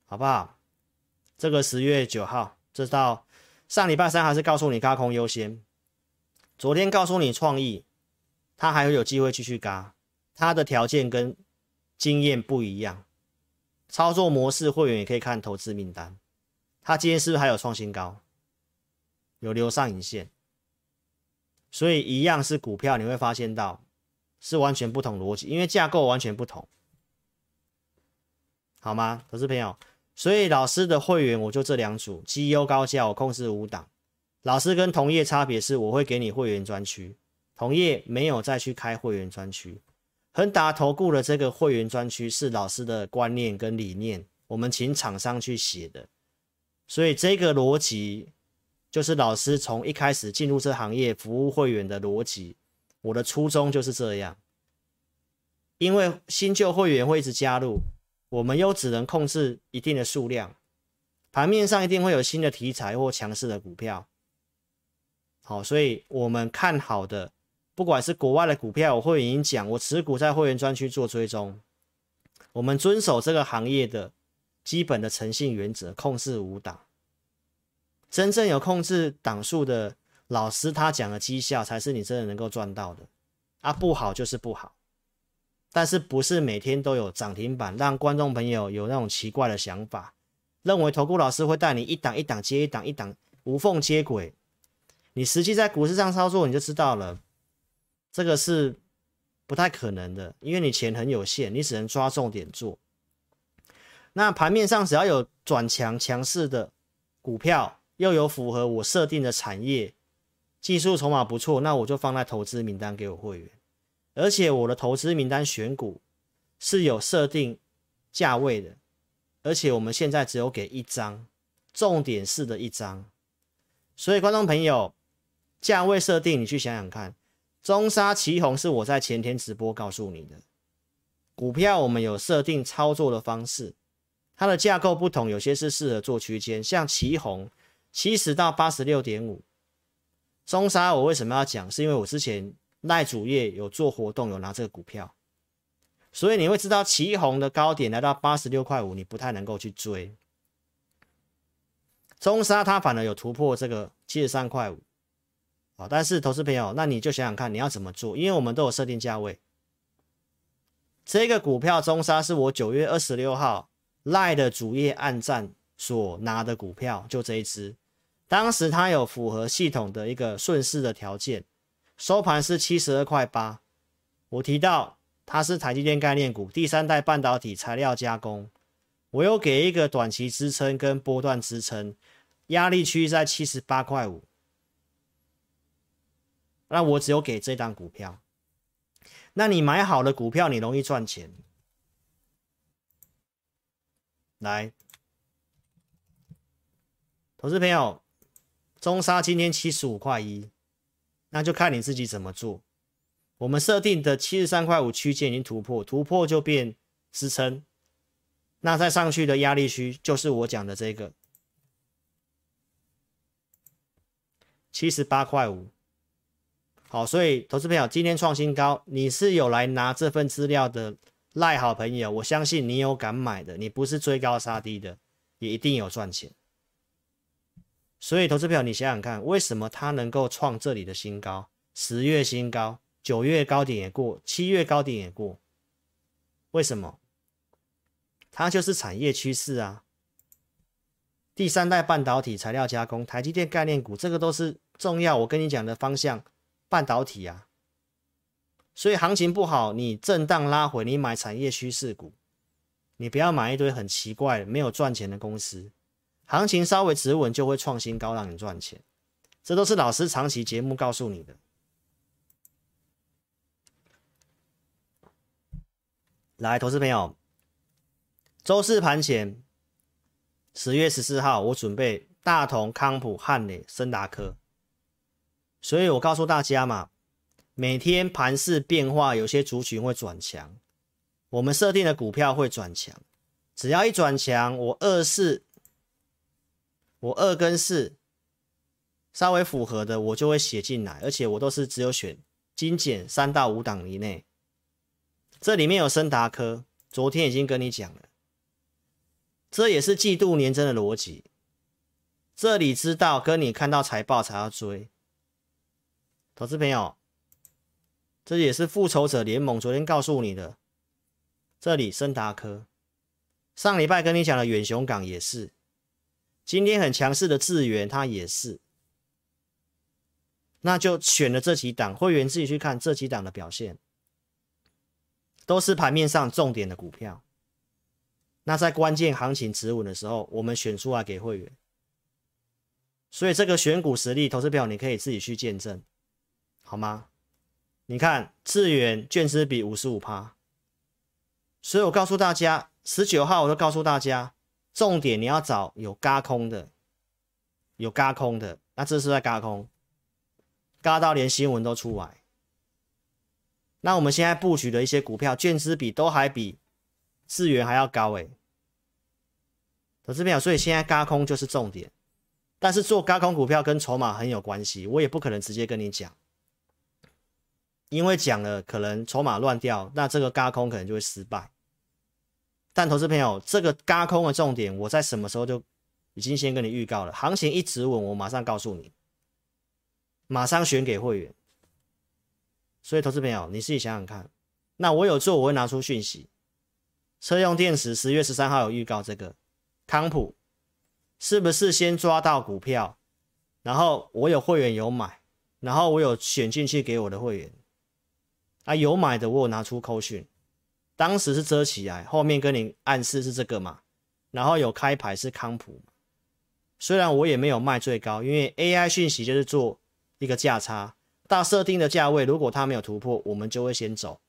好不好？这个10月9号，这到上礼拜三还是告诉你轧空优先，昨天告诉你创意，它还会有机会继续轧，它的条件跟经验不一样，操作模式会员也可以看投资名单，它今天是不是还有创新高，有留上影线，所以一样是股票，你会发现到是完全不同逻辑，因为架构完全不同，好吗，投资朋友？所以老师的会员我就这2组，绩优高价我控制5档。老师跟同业差别是，我会给你会员专区，同业没有再去开会员专区。亨达投顾的这个会员专区是老师的观念跟理念，我们请厂商去写的，所以这个逻辑就是老师从一开始进入这行业服务会员的逻辑，我的初衷就是这样。因为新旧会员会一直加入，我们又只能控制一定的数量，盘面上一定会有新的题材或强势的股票。好，所以我们看好的，不管是国外的股票，我会员已经讲，我持股在会员专区做追踪，我们遵守这个行业的基本的诚信原则，控制5档。真正有控制档数的老师，他讲的绩效才是你真的能够赚到的啊，不好就是不好。但是不是每天都有涨停板，让观众朋友有那种奇怪的想法，认为投顾老师会带你一档一档接一档，一档无缝接轨。你实际在股市上操作你就知道了，这个是不太可能的，因为你钱很有限，你只能抓重点做。那盘面上只要有转强强势的股票，又有符合我设定的产业，技术筹码不错，那我就放在投资名单给我会员。而且我的投资名单选股是有设定价位的，而且我们现在只有给1张，重点式的1张。所以观众朋友，价位设定你去想想看，中砂旗宏是我在前天直播告诉你的股票，我们有设定操作的方式，它的架构不同，有些是适合做区间，像旗宏70到 86.5， 中砂我为什么要讲，是因为我之前赖主页有做活动，有拿这个股票，所以你会知道旗宏的高点来到86.5块，你不太能够去追。中砂它反而有突破这个73.5块，但是投资朋友，那你就想想看你要怎么做，因为我们都有设定价位。这个股票中砂是我9月26号赖的主页按赞所拿的股票，就这一支，当时它有符合系统的一个顺势的条件。收盘是72.8块，我提到它是台积电概念股，第3代半导体材料加工，我有给一个短期支撑跟波段支撑，压力区在78.5块，那我只有给这档股票。那你买好的股票，你容易赚钱。来，投资朋友，中砂今天75.1块，那就看你自己怎么做。我们设定的73.5块区间已经突破，突破就变支撑，那再上去的压力区就是我讲的这个78.5块。好，所以投资朋友今天创新高，你是有来拿这份资料的赖好朋友，我相信你有敢买的，你不是追高杀低的，也一定有赚钱。所以投资朋友你想想看，为什么它能够创这里的新高，10月新高，9月高点也过，7月高点也过，为什么？它就是产业趋势啊。第3代半导体材料加工，台积电概念股，这个都是重要，我跟你讲的方向，半导体啊。所以行情不好，你震荡拉回，你买产业趋势股，你不要买一堆很奇怪没有赚钱的公司。行情稍微止稳就会创新高，让你赚钱，这都是老师长期节目告诉你的。来，投资朋友，周四盘前10月14号，我准备大同、康普、汉磊、森达科，所以我告诉大家嘛，每天盘势变化，有些族群会转强，我们设定的股票会转强，只要一转强，我2跟4稍微符合的，我就会写进来，而且我都是只有选精简3到5档以内。这里面有森达科，昨天已经跟你讲了， 这也是季度年增的逻辑。这里知道跟你看到财报才要追，投资朋友，这也是复仇者联盟昨天告诉你的。这里森达科，上礼拜跟你讲的远雄港也是，今天很强势的智原它也是，那就选了这几档，会员自己去看这几档的表现，都是盘面上重点的股票。那在关键行情止稳的时候，我们选出来给会员。所以这个选股实力，投资朋友你可以自己去见证，好吗？你看智原券资比 55%， 所以我告诉大家，19号我就告诉大家，重点你要找有轧空的，有轧空的，那这是在轧空，轧到连新闻都出来。那我们现在布局的一些股票，券资比都还比智原还要高诶，投资朋友，所以现在轧空就是重点。但是做轧空股票跟筹码很有关系，我也不可能直接跟你讲，因为讲了可能筹码乱掉，那这个轧空可能就会失败。但投资朋友，这个轧空的重点，我在什么时候就已经先跟你预告了，行情一直稳，我马上告诉你，马上选给会员。所以投资朋友，你自己想想看，那我有做，我会拿出讯息。车用电池10月13号有预告这个康普。是不是先抓到股票，然后我有会员有买，然后我有选进去给我的会员啊，有买的我有拿出扣讯，当时是遮起来，后面跟你暗示是这个嘛，然后有开牌是康普，虽然我也没有卖最高，因为 AI 讯息就是做一个价差，到设定的价位，如果它没有突破，我们就会先走，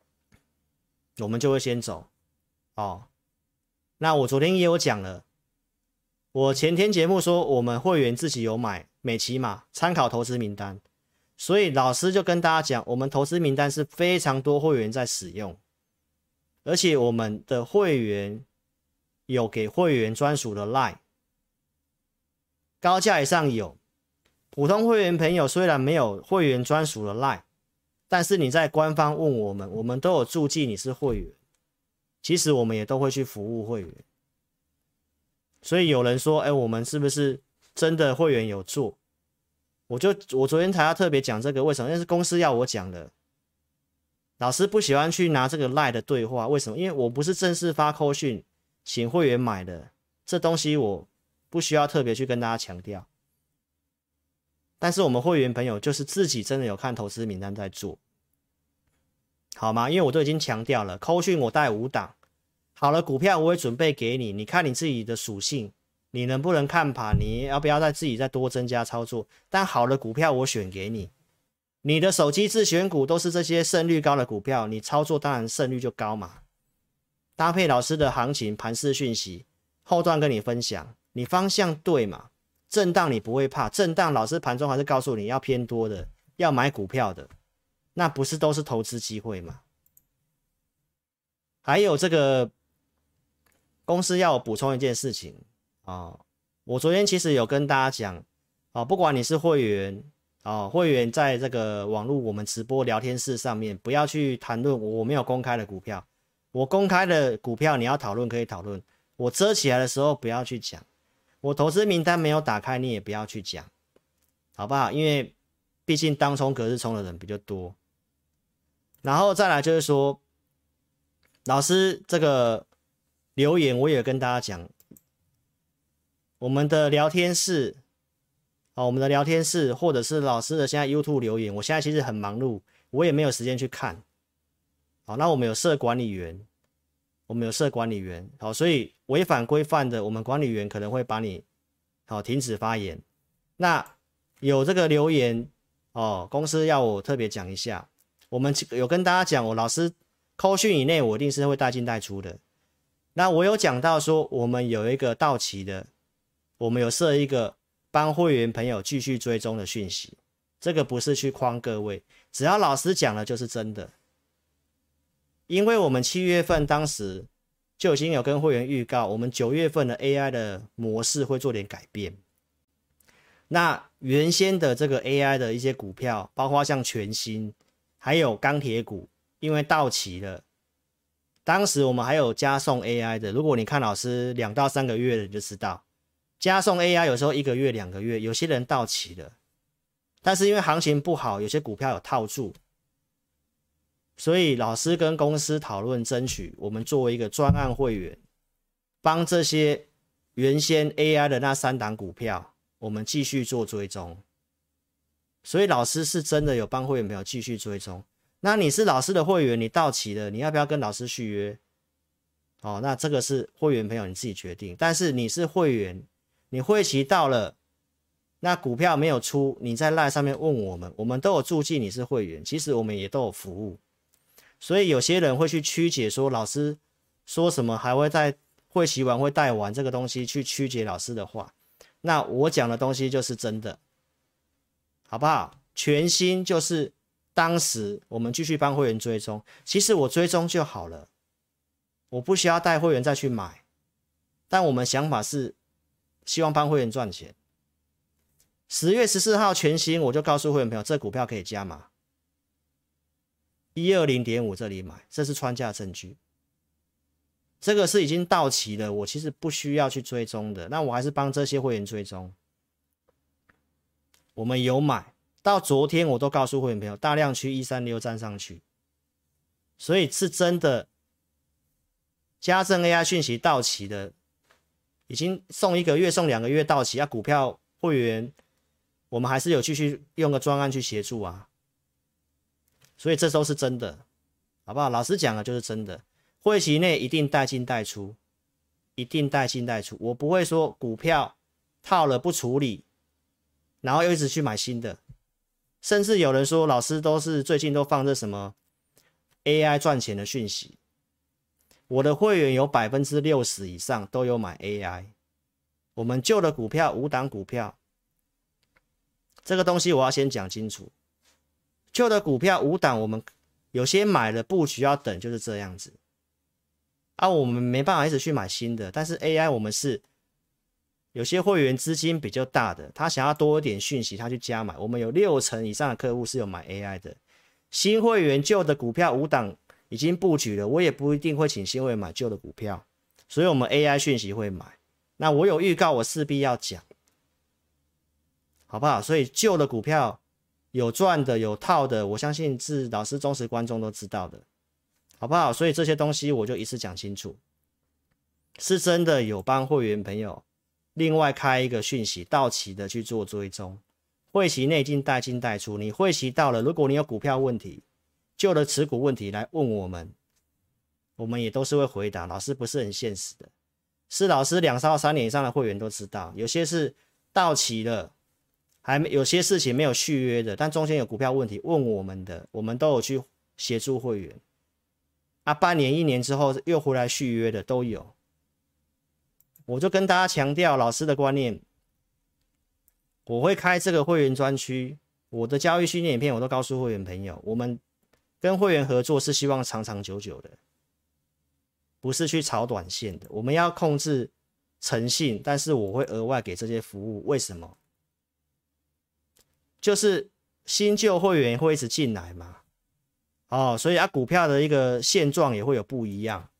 哦。那我昨天也有讲了。我前天节目说，我们会员自己有买美骑马参考投资名单，所以老师就跟大家讲，我们投资名单是非常多会员在使用，而且我们的会员有给会员专属的 LINE， 高价以上有，普通会员朋友虽然没有会员专属的 LINE， 但是你在官方问我们，我们都有注记你是会员，其实我们也都会去服务会员。所以有人说，我们是不是真的会员有做？我昨天才要特别讲这个，为什么？因为是公司要我讲的。老师不喜欢去拿这个 LINE 的对话，为什么？因为我不是正式发扣讯请会员买的，这东西我不需要特别去跟大家强调。但是我们会员朋友就是自己真的有看投资名单在做，好吗？因为我都已经强调了，扣讯我带5档。好了，股票我会准备给你，你看你自己的属性，你能不能看盘，你要不要自己再多增加操作？但好的股票我选给你，你的手机自选股都是这些胜率高的股票，你操作当然胜率就高嘛。搭配老师的行情盘势讯息，后段跟你分享，你方向对嘛？震荡你不会怕，震荡老师盘中还是告诉你要偏多的，要买股票的，那不是都是投资机会吗？还有这个。公司要我补充一件事情我昨天其实有跟大家讲不管你是会员会员在这个网络我们直播聊天室上面，不要去谈论我没有公开的股票，我公开的股票你要讨论可以讨论，我遮起来的时候不要去讲，我投资名单没有打开你也不要去讲，好不好？因为毕竟当冲隔日冲的人比较多。然后再来就是说，老师这个留言我也跟大家讲，我们的聊天室我们的聊天室或者是老师的现在 YouTube 留言，我现在其实很忙碌，我也没有时间去看。那我们有设管理员，所以违反规范的，我们管理员可能会把你停止发言。那有这个留言公司要我特别讲一下，我们有跟大家讲，我老师扣讯以内我一定是会带进带出的。那我有讲到说，我们有一个到期的，我们有设一个帮会员朋友继续追踪的讯息，这个不是去诓各位，只要老师讲了就是真的。因为我们7月份当时就已经有跟会员预告，我们9月份的 AI 的模式会做点改变。那原先的这个 AI 的一些股票，包括像全新还有钢铁股，因为到期了， 当时我们还有加送 AI 的，如果你看老师2到3个月的，你就知道，加送 AI 有时候1个月、2个月，有些人到期了，但是因为行情不好，有些股票有套住，所以老师跟公司讨论争取，我们作为一个专案会员，帮这些原先 AI 的那3档股票，我们继续做追踪。所以老师是真的有帮会员朋友继续追踪。那你是老师的会员，你到期了，你要不要跟老师续约？哦，那这个是会员朋友你自己决定。但是你是会员，你会期到了，那股票没有出，你在 LINE 上面问我们，我们都有注记你是会员，其实我们也都有服务。所以有些人会去曲解说老师说什么还会在会期完会带完这个东西去曲解老师的话，那我讲的东西就是真的，好不好？全新就是当时我们继续帮会员追踪，其实我追踪就好了，我不需要带会员再去买，但我们想法是希望帮会员赚钱。10月14号全新，我就告诉会员朋友，这股票可以加码120.5这里买，这是穿价证据。这个是已经到期了，我其实不需要去追踪的，那我还是帮这些会员追踪。我们有买到昨天，我都告诉会员朋友，大量区136站上去，所以是真的。嘉正 AI 讯息到期的，已经送1个月、送2个月到期，股票会员我们还是有继续用个专案去协助啊。所以这都是真的，好不好？老师讲的就是真的，会期内一定带进带出，一定带进带出。我不会说股票套了不处理，然后又一直去买新的。甚至有人说，老师都是最近都放这什么 AI 赚钱的讯息。我的会员有60%以上都有买 AI。我们旧的股票5档股票，这个东西我要先讲清楚。旧的股票5档，我们有些买了布局要等，就是这样子啊。我们没办法一直去买新的，但是 AI 我们是有些会员资金比较大的，他想要多一点讯息，他去加买。我们有60%以上的客户是有买 AI 的。新会员旧的股票5档已经布局了，我也不一定会请新会员买旧的股票，所以我们 AI 讯息会买。那我有预告，我势必要讲，好不好？所以旧的股票有赚的有套的，我相信是老师忠实观众都知道的，好不好？所以这些东西我就一次讲清楚，是真的有帮会员朋友另外开一个讯息，到期的去做追踪，会期内进带进带出，你会期到了，如果你有股票问题、旧的持股问题来问我们，我们也都是会回答。老师不是很现实的，是老师2到3年以上的会员都知道，有些是到期了。还有些事情没有续约的，但中间有股票问题问我们的，我们都有去协助会员啊。半年、1年之后又回来续约的都有。我就跟大家强调老师的观念，我会开这个会员专区，我的交易训练影片我都告诉会员朋友，我们跟会员合作是希望长长久久的，不是去炒短线的。我们要控制诚信，但是我会额外给这些服务，为什么？就是新旧会员会一直进来嘛，所以股票的一个现状也会有不一样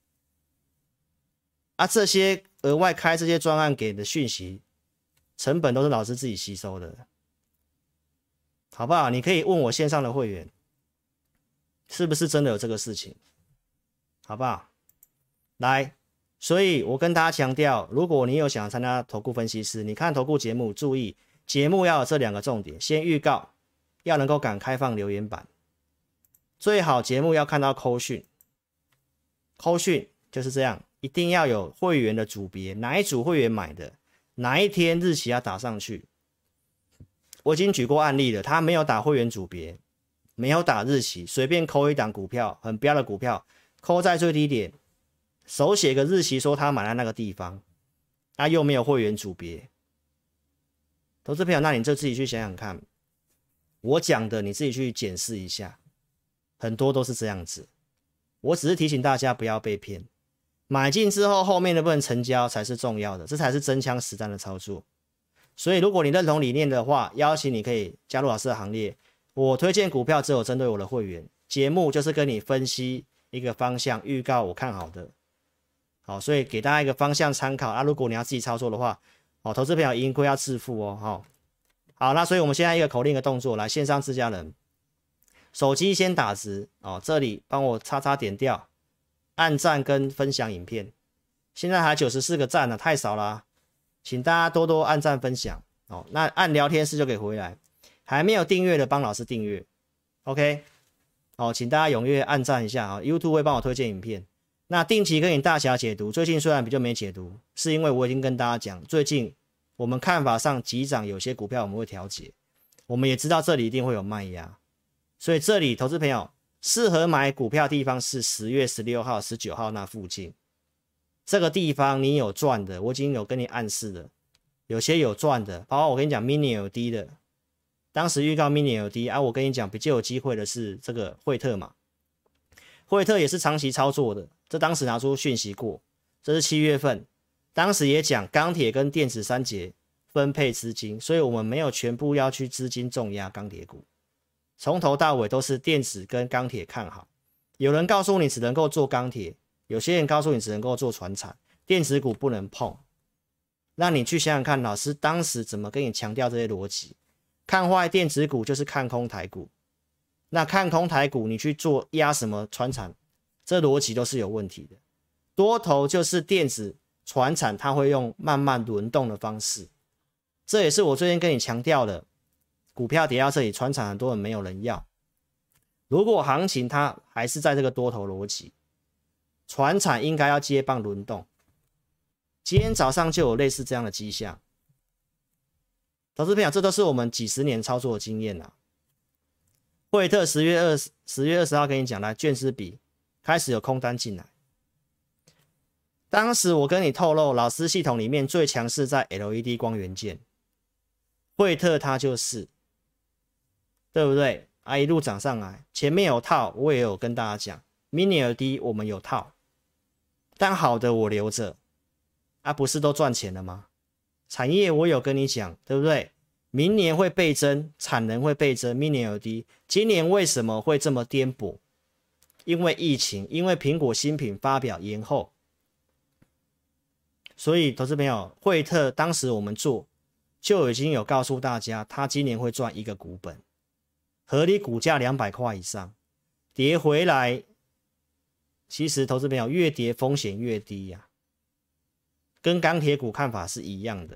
这些额外开这些专案给的讯息，成本都是老师自己吸收的，好不好？你可以问我线上的会员，是不是真的有这个事情，好不好？来，所以我跟大家强调，如果你有想参加投顾分析师，你看投顾节目，注意节目要有这2个重点，先预告，要能够敢开放留言板，最好节目要看到扣讯，扣讯就是这样，一定要有会员的组别，哪一组会员买的，哪一天日期要打上去。我已经举过案例了，他没有打会员组别，没有打日期，随便扣一档股票，很标的股票，扣在最低点，手写个日期说他买在那个地方，又没有会员组别。投资朋友，那你就自己去想想看，我讲的你自己去检视一下，很多都是这样子。我只是提醒大家不要被骗，买进之后后面能不能成交才是重要的，这才是真枪实弹的操作。所以如果你认同理念的话，邀请你可以加入老师的行列。我推荐股票只有针对我的会员，节目就是跟你分析一个方向预告我看好的，好，所以给大家一个方向参考啊。如果你要自己操作的话，哦，投资朋友盈亏要自负哦，好，那所以我们现在一个口令的动作，来线上自家人，手机先打直哦，这里帮我叉叉点掉，按赞跟分享影片，现在还94个赞呢，太少了啊，请大家多多按赞分享哦。那按聊天室就可以回来，还没有订阅的帮老师订阅 ，OK。哦，请大家踊跃按赞一下啊 ！YouTube 会帮我推荐影片。那定期跟你大侠解读，最近虽然比较没解读，是因为我已经跟大家讲，最近我们看法上急涨，有些股票我们会调节，我们也知道这里一定会有卖压，所以这里投资朋友适合买股票的地方是10月16号、19号那附近，这个地方你有赚的，我已经有跟你暗示了，有些有赚的，包括我跟你讲 mini LED 的。当时预告 mini LED 啊，我跟你讲比较有机会的是这个惠特嘛，惠特也是长期操作的，这当时拿出讯息过，这是7月份，当时也讲钢铁跟电子三节分配资金，所以我们没有全部要去资金重压钢铁股，从头到尾都是电子跟钢铁看好。有人告诉你只能够做钢铁，有些人告诉你只能够做传产，电子股不能碰。那你去想想看，老师当时怎么跟你强调这些逻辑？看坏电子股就是看空台股，那看空台股你去做压什么传产，这逻辑都是有问题的。多头就是电子传产，它会用慢慢轮动的方式，这也是我最近跟你强调的。股票跌到这里，传产很多人没有人要。如果行情它还是在这个多头逻辑，传产应该要接棒轮动。今天早上就有类似这样的迹象。投资朋友，这都是我们几十年操作的经验啦。惠特10月20号跟你讲，来券资比开始有空单进来。当时我跟你透露，老师系统里面最强势在 LED 光元件，惠特它就是，对不对？啊，一路涨上来，前面有套，我也有跟大家讲 ，mini LED 我们有套，但好的我留着，啊，不是都赚钱了吗？产业我有跟你讲，对不对？明年会倍增，产能会倍增 ，mini LED 今年为什么会这么颠簸？因为疫情，因为苹果新品发表延后，所以投资朋友，惠特当时我们做就已经有告诉大家，它今年会赚1个股本，合理股价200块以上，跌回来，其实投资朋友越跌风险越低呀，跟钢铁股看法是一样的。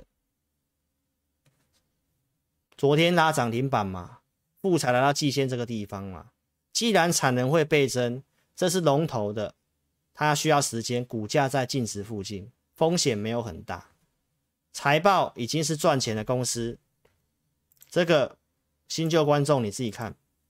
昨天拉涨停板嘛，富才来到季线这个地方嘛。既然产能会倍增，这是龙头的，它需要时间，股价在净值附近，风险没有很大。财报已经是赚钱的公司，这个新旧观众你自己看。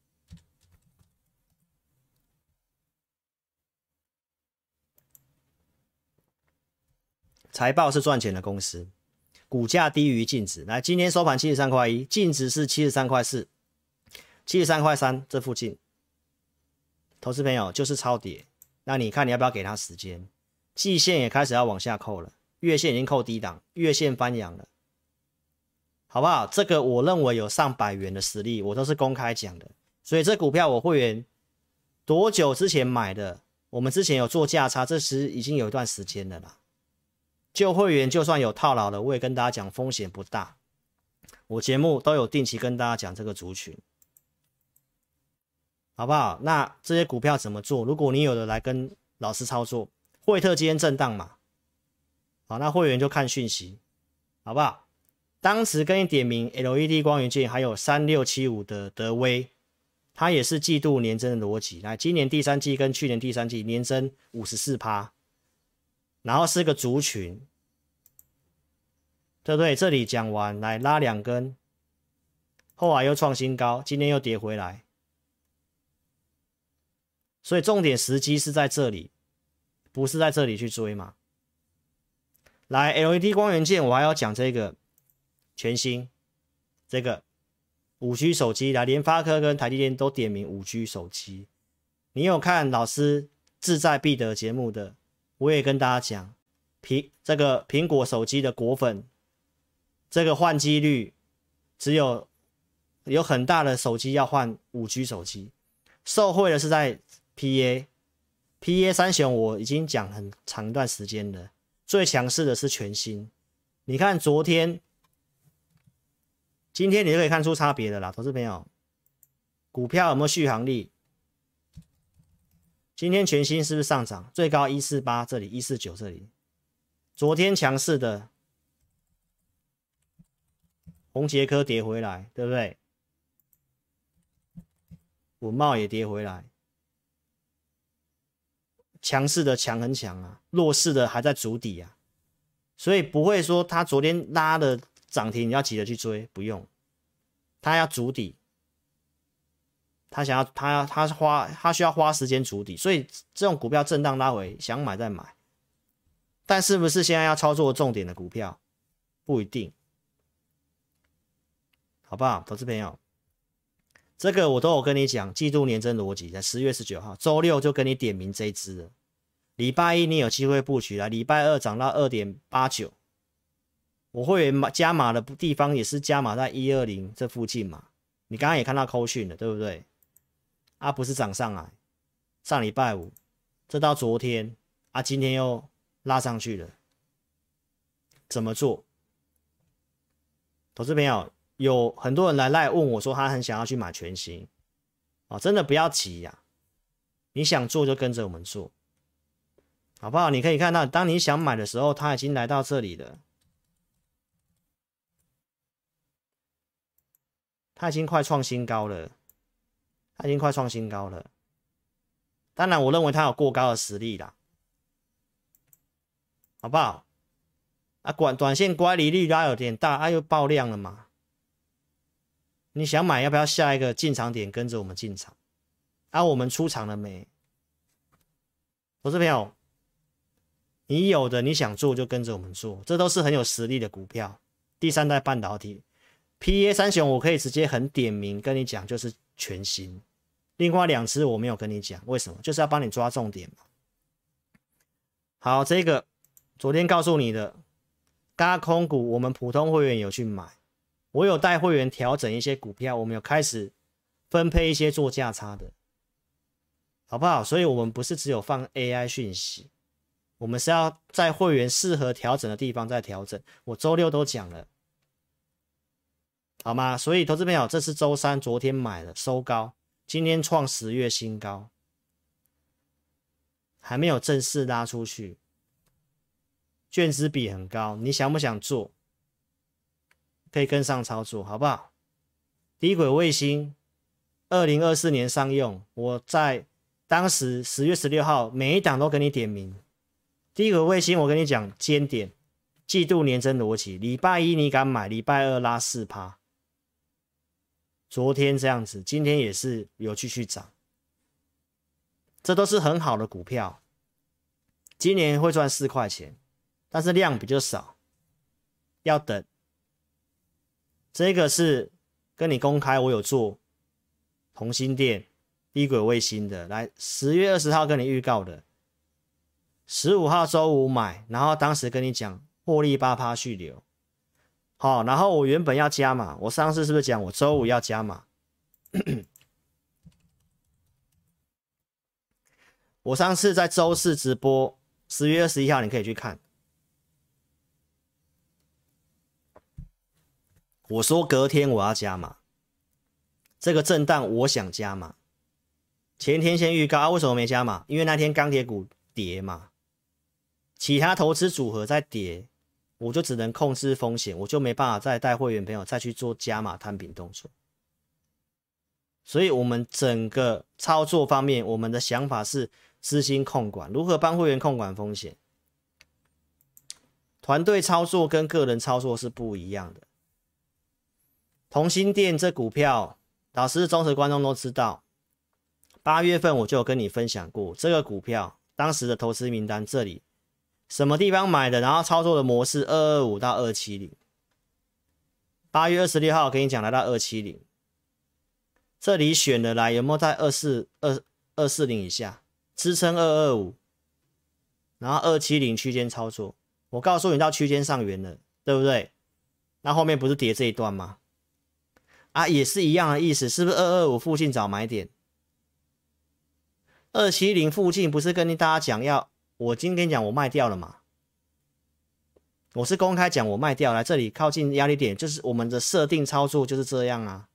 财报是赚钱的公司，股价低于净值。来，今天收盘73块1，净值是73块4。73块3这附近，投资朋友就是超跌，那你看你要不要给他时间？季线也开始要往下扣了，月线已经扣低档，月线翻阳了，好不好？这个我认为有上百元的实力，我都是公开讲的。所以这股票我会员多久之前买的？我们之前有做价差，这时已经有一段时间了啦。旧会员就算有套牢的，我也跟大家讲风险不大。我节目都有定期跟大家讲这个族群，好不好？那这些股票怎么做？如果你有的来跟老师操作，惠特今天震荡嘛，好，那会员就看讯息，好不好？当时跟你点名 LED 光元件，还有3675的德威，它也是季度年增的逻辑。来，今年第三季跟去年第三季年增54%，然后是个族群，对不对？这里讲完，来拉2根，后来又创新高，今天又跌回来。所以重点时机是在这里，不是在这里去追嘛。来 LED 光元件，我还要讲这个全新这个5G 手机，来联发科跟台积电都点名5G 手机。你有看老师志在必得节目的，我也跟大家讲，这个苹果手机的果粉，这个换机率只有很大的手机要换5G 手机，受惠的是在 PA， PA 三雄我已经讲很长一段时间了，最强势的是全新。你看昨天、今天你就可以看出差别了啦，投资朋友，股票有没有续航力？今天全新是不是上涨？最高148这里，149这里。昨天强势的宏捷科跌回来，对不对？稳懋也跌回来。强势的强很强啊，弱势的还在筑底啊，所以不会说他昨天拉的涨停你要急着去追，不用，他要筑底。他需要花时间筑底，所以这种股票震荡拉回，想买再买。但是不是现在要操作重点的股票，不一定，好不好？投资朋友，这个我都有跟你讲，季度年增逻辑，在10月19号周六就跟你点名这一支了。礼拜一你有机会布局啦，礼拜二涨到 2.89， 我会员加码的地方也是加码在120这附近嘛。你刚刚也看到扣讯了，对不对？啊，不是涨上来，上礼拜五，这到昨天啊，今天又拉上去了，怎么做？投资朋友，有很多人来问我说，他很想要去买全新，哦，真的不要急呀，你想做就跟着我们做，好不好？你可以看到，当你想买的时候，他已经来到这里了，他已经快创新高了。当然，我认为它有过高的实力啦，好不好？啊，短线乖离率拉有点大，啊又爆量了嘛。你想买要不要下一个进场点跟着我们进场？啊，我们出场了没？投资朋友，你有的你想做就跟着我们做，这都是很有实力的股票。第三代半导体 ，PA 三雄我可以直接很点名跟你讲，就是全新。另外2只我没有跟你讲，为什么？就是要帮你抓重点嘛。好，这个昨天告诉你的，軋空股我们普通会员有去买，我有带会员调整一些股票，我们有开始分配一些做价差的，好不好？所以我们不是只有放 AI 讯息，我们是要在会员适合调整的地方再调整。我周六都讲了，好吗？所以投资朋友，这是周三昨天买的，收高。今天创10月新高，还没有正式拉出去，券资比很高，你想不想做？可以跟上操作，好不好？低轨卫星2024年商用，我在当时10月16号每一档都跟你点名。低轨卫星我跟你讲尖点，季度年增逻辑，礼拜一你敢买，礼拜二拉4%。昨天这样子，今天也是有继续涨，这都是很好的股票。今年会赚4块钱，但是量比较少，要等。这个是跟你公开，我有做同心电、低轨卫星的，来10月20号跟你预告的，15号周五买，然后当时跟你讲获利8%续流。好，然后我原本要加码，我上次是不是讲我周五要加码？我上次在周四直播10月21号，你可以去看。我说隔天我要加码，这个震荡我想加码。前天先预告啊，为什么没加码？因为那天钢铁股跌嘛，其他投资组合在跌。我就只能控制风险，我就没办法再带会员朋友再去做加码摊平动作。所以我们整个操作方面，我们的想法是资金控管，如何帮会员控管风险。团队操作跟个人操作是不一样的。同心电这股票，老师忠实观众都知道，8月份我就有跟你分享过这个股票，当时的投资名单这里。什么地方买的，然后操作的模式225到270， 8月26号跟你讲来到270，这里选的来有没有在240以下支撑225，然后270区间操作，我告诉你到区间上缘了，对不对？那后面不是跌这一段吗？啊，也是一样的意思，是不是225附近找买点 270附近不是跟大家讲我今天讲我卖掉了嘛？我是公开讲我卖掉了，这里靠近压力点，就是我们的设定操作就是这样啊。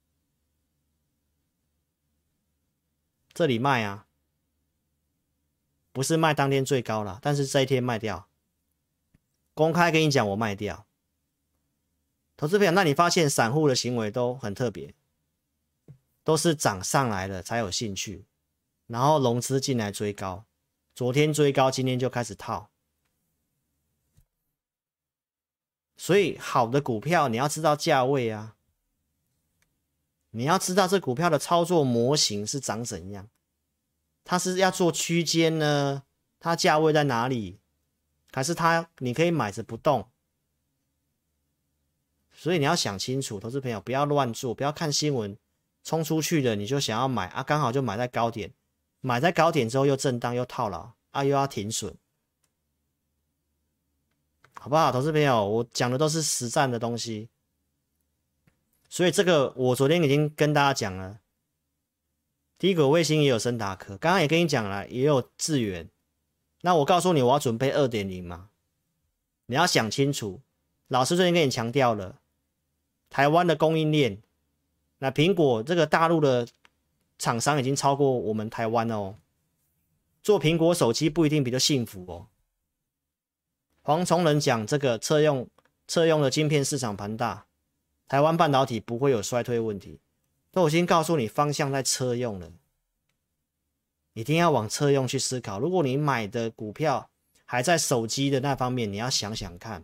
这里卖啊，不是卖当天最高了，但是这一天卖掉，公开跟你讲我卖掉。投资朋友，那你发现散户的行为都很特别，都是涨上来了才有兴趣，然后融资进来追高，昨天追高，今天就开始套。所以好的股票你要知道价位啊，你要知道这股票的操作模型是长怎样，它是要做区间呢，它价位在哪里，还是你可以买着不动。所以你要想清楚，投资朋友不要乱做，不要看新闻冲出去的你就想要买啊，刚好就买在高点，买在高点之后又震荡又套牢啊，又要停损，好不好？投资朋友，我讲的都是实战的东西，所以这个我昨天已经跟大家讲了。第一个卫星也有森达科，刚刚也跟你讲了，也有智原。那我告诉你，我要准备 2.0 嘛，你要想清楚。老师最近跟你强调了，台湾的供应链，那苹果这个大陆的厂商已经超过我们台湾哦。做苹果手机不一定比较幸福哦。黄崇仁讲这个车用的晶片市场庞大，台湾半导体不会有衰退问题，都已经告诉你方向在车用了，一定要往车用去思考。如果你买的股票还在手机的那方面，你要想想看。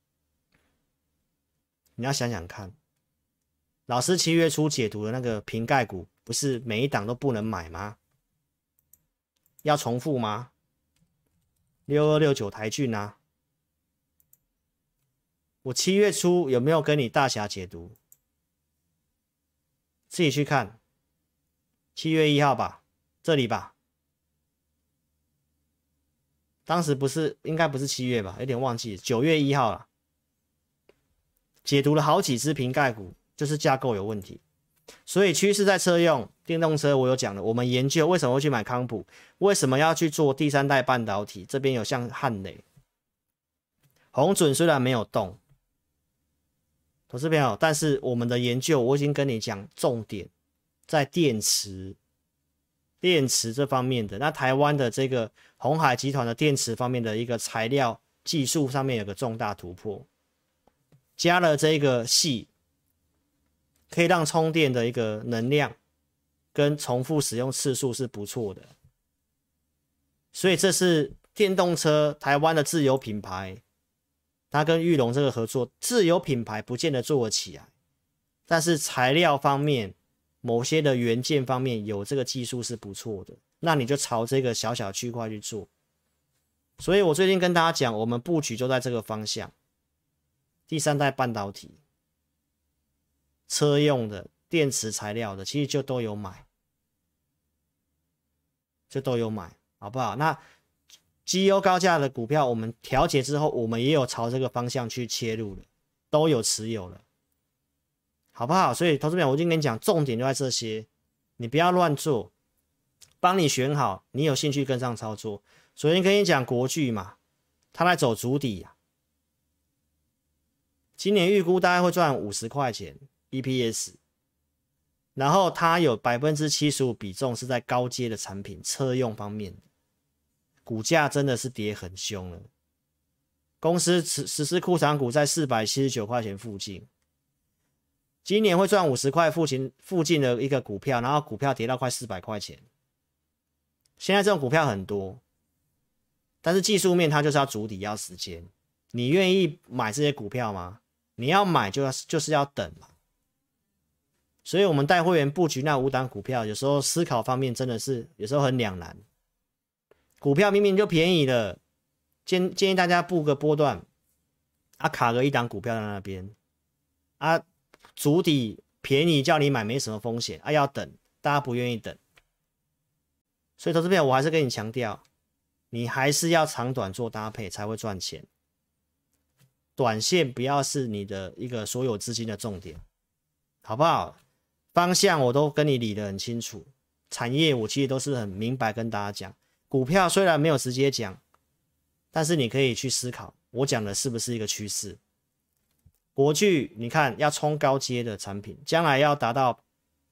你要想想看，老师7月初解读的那个瓶盖股，不是每一档都不能买吗？要重复吗？6269台骏啊，我7月初有没有跟你大侠解读？自己去看，7月1号吧，这里吧。当时应该不是7月吧，有点忘记，9月1号了。解读了好几只瓶盖股，就是架构有问题。所以趋势在车用电动车，我有讲了，我们研究为什么会去买康普，为什么要去做第三代半导体，这边有像汉磊、鸿准虽然没有动，投资朋友，但是我们的研究我已经跟你讲，重点在电池这方面的。那台湾的这个鸿海集团的电池方面的一个材料技术上面有个重大突破。加了这个矽，可以让充电的一个能量跟重复使用次数是不错的，所以这是电动车台湾的自有品牌，它跟裕隆这个合作，自有品牌不见得做得起来，但是材料方面某些的元件方面有这个技术是不错的，那你就朝这个小小区块去做。所以我最近跟大家讲，我们布局就在这个方向。第三代半导体、车用的、电池材料的，其实就都有买，好不好？那绩优高价的股票，我们调节之后，我们也有朝这个方向去切入了，都有持有了，好不好？所以投资者，我已经跟你讲，重点就在这些，你不要乱做，帮你选好，你有兴趣跟上操作。昨天跟你讲国巨嘛，它在走筑底啊。今年预估大概会赚50块钱 EPS， 然后它有 75% 比重是在高阶的产品车用方面，股价真的是跌很凶了。公司实施库藏股在479块钱附近，今年会赚50块附近的一个股票，然后股票跌到快400块钱。现在这种股票很多，但是技术面它就是要筑底，要时间。你愿意买这些股票吗？你要买就是要等嘛，所以我们带会员布局那5档股票，有时候思考方面真的是有时候很两难。股票明明就便宜了，建议大家布个波段，卡个1档股票在那边，筑底便宜叫你买没什么风险，要等，大家不愿意等，所以投资朋友我还是跟你强调，你还是要长短做搭配才会赚钱。短线不要是你的一个所有资金的重点，好不好？方向我都跟你理得很清楚， 产业我其实都是很明白跟大家讲，股票虽然没有直接讲，但是你可以去思考，我讲的是不是一个趋势？国巨你看要冲高阶的产品，将来要达到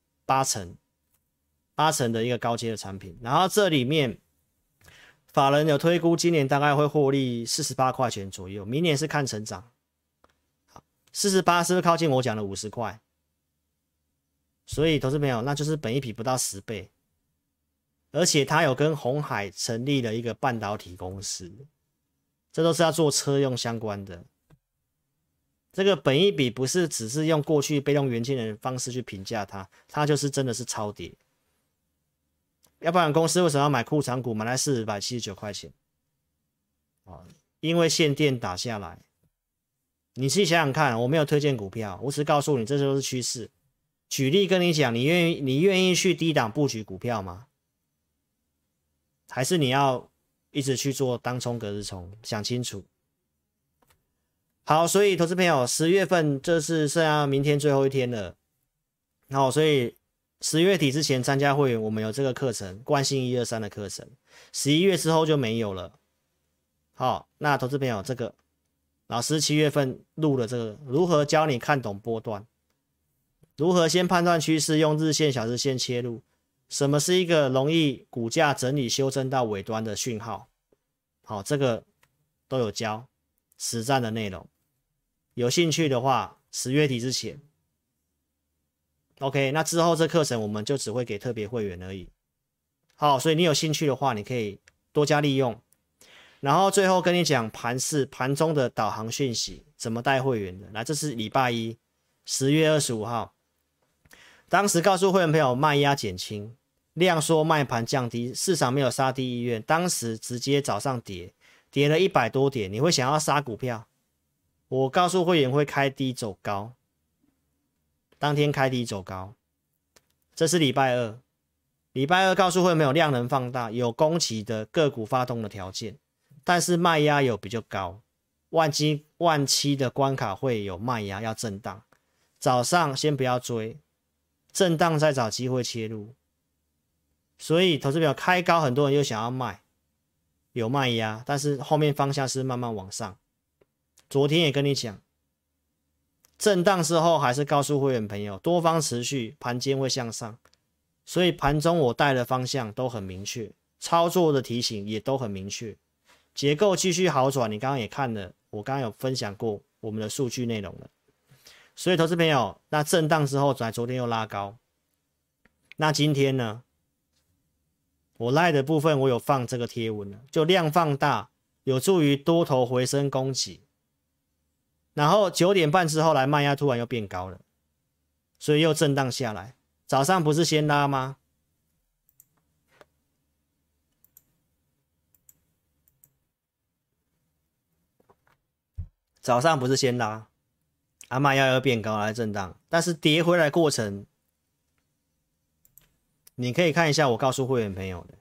8成的一个高阶的产品，然后这里面法人有推估今年大概会获利48块钱左右，明年是看成长。48是不是靠近我讲的50块？所以投资朋友，那就是本益比不到10倍，而且它有跟鸿海成立了一个半导体公司，这都是要做车用相关的。这个本益比不是只是用过去被动元件的方式去评价它，它就是真的是超跌。要不然公司为什么要买库藏股，买来479块钱？因为限电打下来。你自己想想看，我没有推荐股票，我只是告诉你这都是趋势。举例跟你讲，你愿意去低档布局股票吗？还是你要一直去做当冲隔日冲？想清楚。好，所以投资朋友，10月份这是剩下明天最后一天了。好，所以10月底之前参加会员，我们有这个课程，惯性123的课程。11月之后就没有了。好，那投资朋友，这个老师7月份录了这个，如何教你看懂波段，如何先判断趋势，用日线、小日线切入，什么是一个容易股价整理修正到尾端的讯号。好，这个都有教实战的内容。有兴趣的话，10月底之前 ，OK， 那之后这课程我们就只会给特别会员而已。好，所以你有兴趣的话，你可以多加利用。然后最后跟你讲盘中的导航讯息，怎么带会员的。来，这是礼拜一，10月25号，当时告诉会员朋友卖压减轻，量缩卖盘降低，市场没有杀低意愿，当时直接早上跌了100多点，你会想要杀股票？我告诉会员会开低走高，当天开低走高，这是礼拜二。礼拜二告诉会员没有量能放大，有攻击的个股发动的条件，但是卖压有比较高，万七的关卡会有卖压，要震荡。早上先不要追，震荡再找机会切入。所以投资表开高，很多人又想要卖，有卖压，但是后面方向是慢慢往上。昨天也跟你讲，震荡之后还是告诉会员朋友，多方持续，盘间会向上。所以盘中我带的方向都很明确，操作的提醒也都很明确，结构继续好转。你刚刚也看了，我刚刚有分享过我们的数据内容了。所以投资朋友，那震荡之后，昨天又拉高，那今天呢？我赖的部分我有放这个贴文了，就量放大，有助于多头回升攻击。然后9点半之后来卖压突然又变高了，所以又震荡下来。早上不是先拉吗？早上不是先拉，卖压又变高来震荡，但是跌回来过程，你可以看一下我告诉会员朋友的，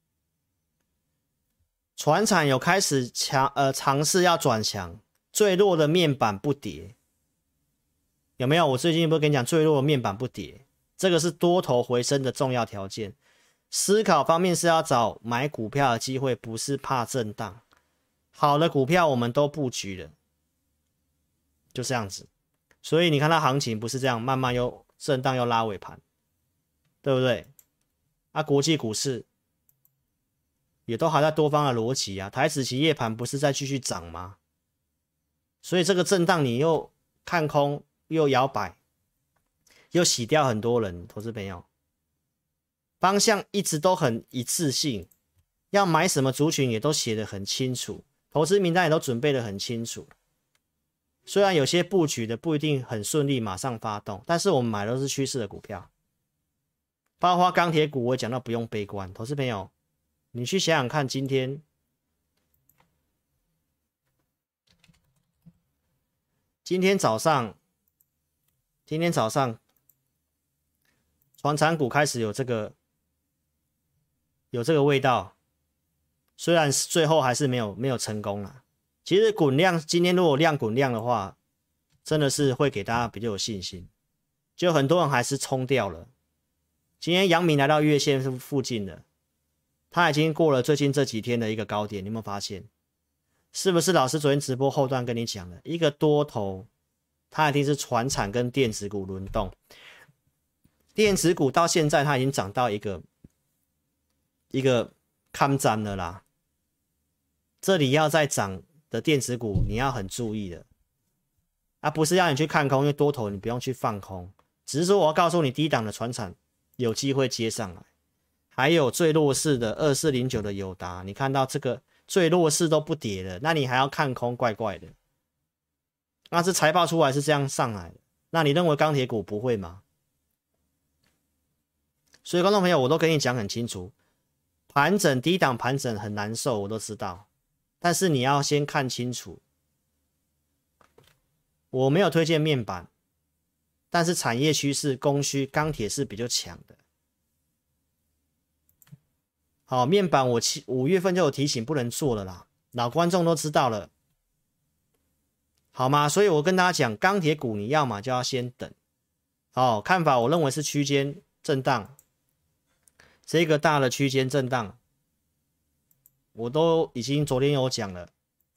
传产有开始尝试要转强，最弱的面板不跌，有没有？我最近不是跟你讲最弱的面板不跌，这个是多头回升的重要条件。思考方面是要找买股票的机会，不是怕震荡。好的股票我们都布局了，就这样子。所以你看它行情不是这样，慢慢又震荡又拉尾盘，对不对？国际股市也都还在多方的逻辑啊，台指期夜盘不是在继续涨吗？所以这个震荡你又看空又摇摆，又洗掉很多人，投资朋友，方向一直都很一致性，要买什么族群也都写得很清楚，投资名单也都准备得很清楚。虽然有些布局的不一定很顺利，马上发动，但是我们买的都是趋势的股票，包括钢铁股，我也讲到不用悲观，投资朋友，你去想想看，今天早上传产股开始有这个味道，虽然最后还是没有成功啦。其实滚量今天如果量滚量的话，真的是会给大家比较有信心，就很多人还是冲掉了。 今天阳明来到月线附近了，它已经过了最近这几天的一个高点，你有没有发现？是不是老师昨天直播后段跟你讲的一个多头，它一定是传产跟电子股轮动。电子股到现在它已经涨到一个看涨了啦，这里要再涨的电子股你要很注意的，不是要你去看空，因为多头你不用去放空，只是说我要告诉你低档的传产有机会接上来，还有最弱势的2409的友达，你看到这个最弱势都不跌了，那你还要看空，怪怪的。那是财报出来是这样上来的，那你认为钢铁股不会吗？所以观众朋友，我都跟你讲很清楚，盘整低档盘整很难受，我都知道，但是你要先看清楚。我没有推荐面板，但是产业趋势供需钢铁是比较强的。好，面板我5月份就有提醒不能做了啦，老观众都知道了，好吗？所以我跟大家讲，钢铁股你要嘛就要先等。好，看法我认为是区间震荡，这个大的区间震荡，我都已经昨天有讲了，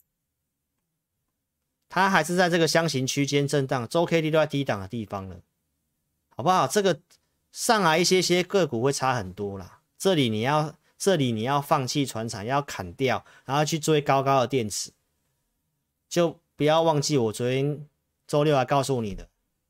它还是在这个箱型区间震荡，周 K D 都在低档的地方了，好不好？这个上来一些个股会差很多啦，这里你要放弃传产，要砍掉，然后去追高的电池，就不要忘记我昨天周六还告诉你的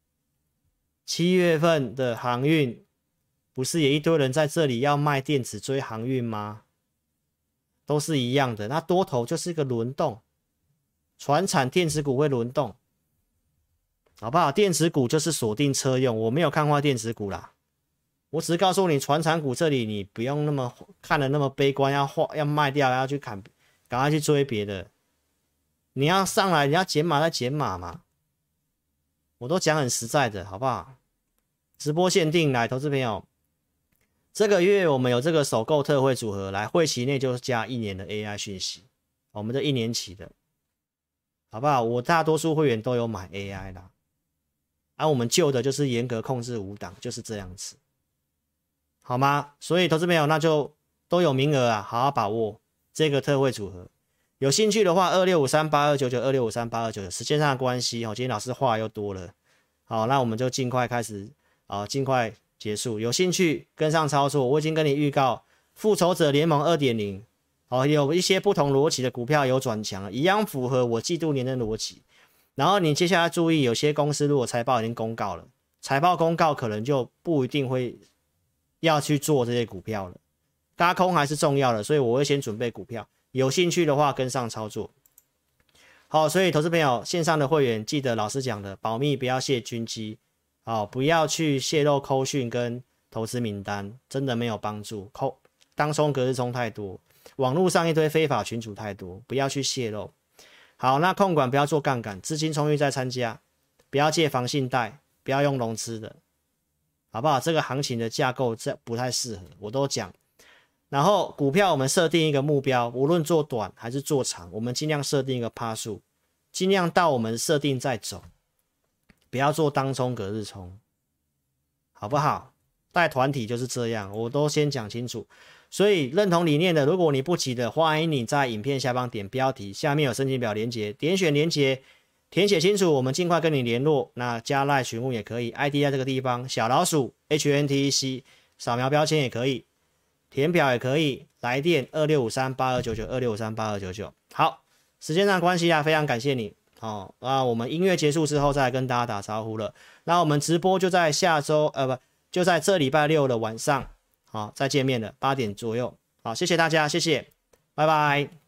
，7月份的航运不是也一堆人在这里要卖电池追航运吗？都是一样的，那多头就是一个轮动，传产电子股会轮动，好不好？电子股就是锁定车用，我没有看坏电子股啦。我只是告诉你，传产股这里你不用那么看得那么悲观，要卖掉，要去砍，赶快去追别的。你要上来，你要减码再减码嘛。我都讲很实在的，好不好？直播限定来，投资朋友，这个月我们有这个首购特惠组合，来会期内就加1年的 AI 讯息，我们这1年期的，好不好？我大多数会员都有买 AI 啦，我们旧的就是严格控制5档，就是这样子。好吗？所以投资朋友那就都有名额啊，好好把握这个特惠组合。有兴趣的话，26538299，26538299，时间上的关系，今天老师话又多了，好，那我们就尽快开始，尽快结束。有兴趣跟上操作，我已经跟你预告，复仇者联盟 2.0，有一些不同逻辑的股票有转强了，一样符合我季度年的逻辑。然后你接下来注意，有些公司如果财报已经公告了，财报公告可能就不一定会要去做这些股票了，軋空还是重要的，所以我会先准备股票，有兴趣的话跟上操作。好，所以投资朋友，线上的会员记得老师讲的，保密不要泄军机，不要去泄露扣讯跟投资名单，真的没有帮助。当冲隔日冲太多，网络上一堆非法群组太多，不要去泄露。好，那控管不要做杠杆，资金充裕再参加，不要借房信贷，不要用融资的。好不好？这个行情的架构这不太适合，我都讲。然后股票我们设定一个目标，无论做短还是做长，我们尽量设定一个趴数，尽量到我们设定再走，不要做当冲隔日冲，好不好？带团体就是这样，我都先讲清楚。所以认同理念的，如果你不急的，欢迎你在影片下方点标题，下面有申请表连结，点选连结。填写清楚，我们尽快跟你联络。那加赖询问也可以 ，ID 在这个地方，小老鼠 HNTEC， 扫描标签也可以，填表也可以，来电26538299，26538299。好，时间上的关系非常感谢你。那我们音乐结束之后再来跟大家打招呼了。那我们直播就在下周，就在这礼拜6的晚上，再见面了，8点左右。好，谢谢大家，谢谢，拜拜。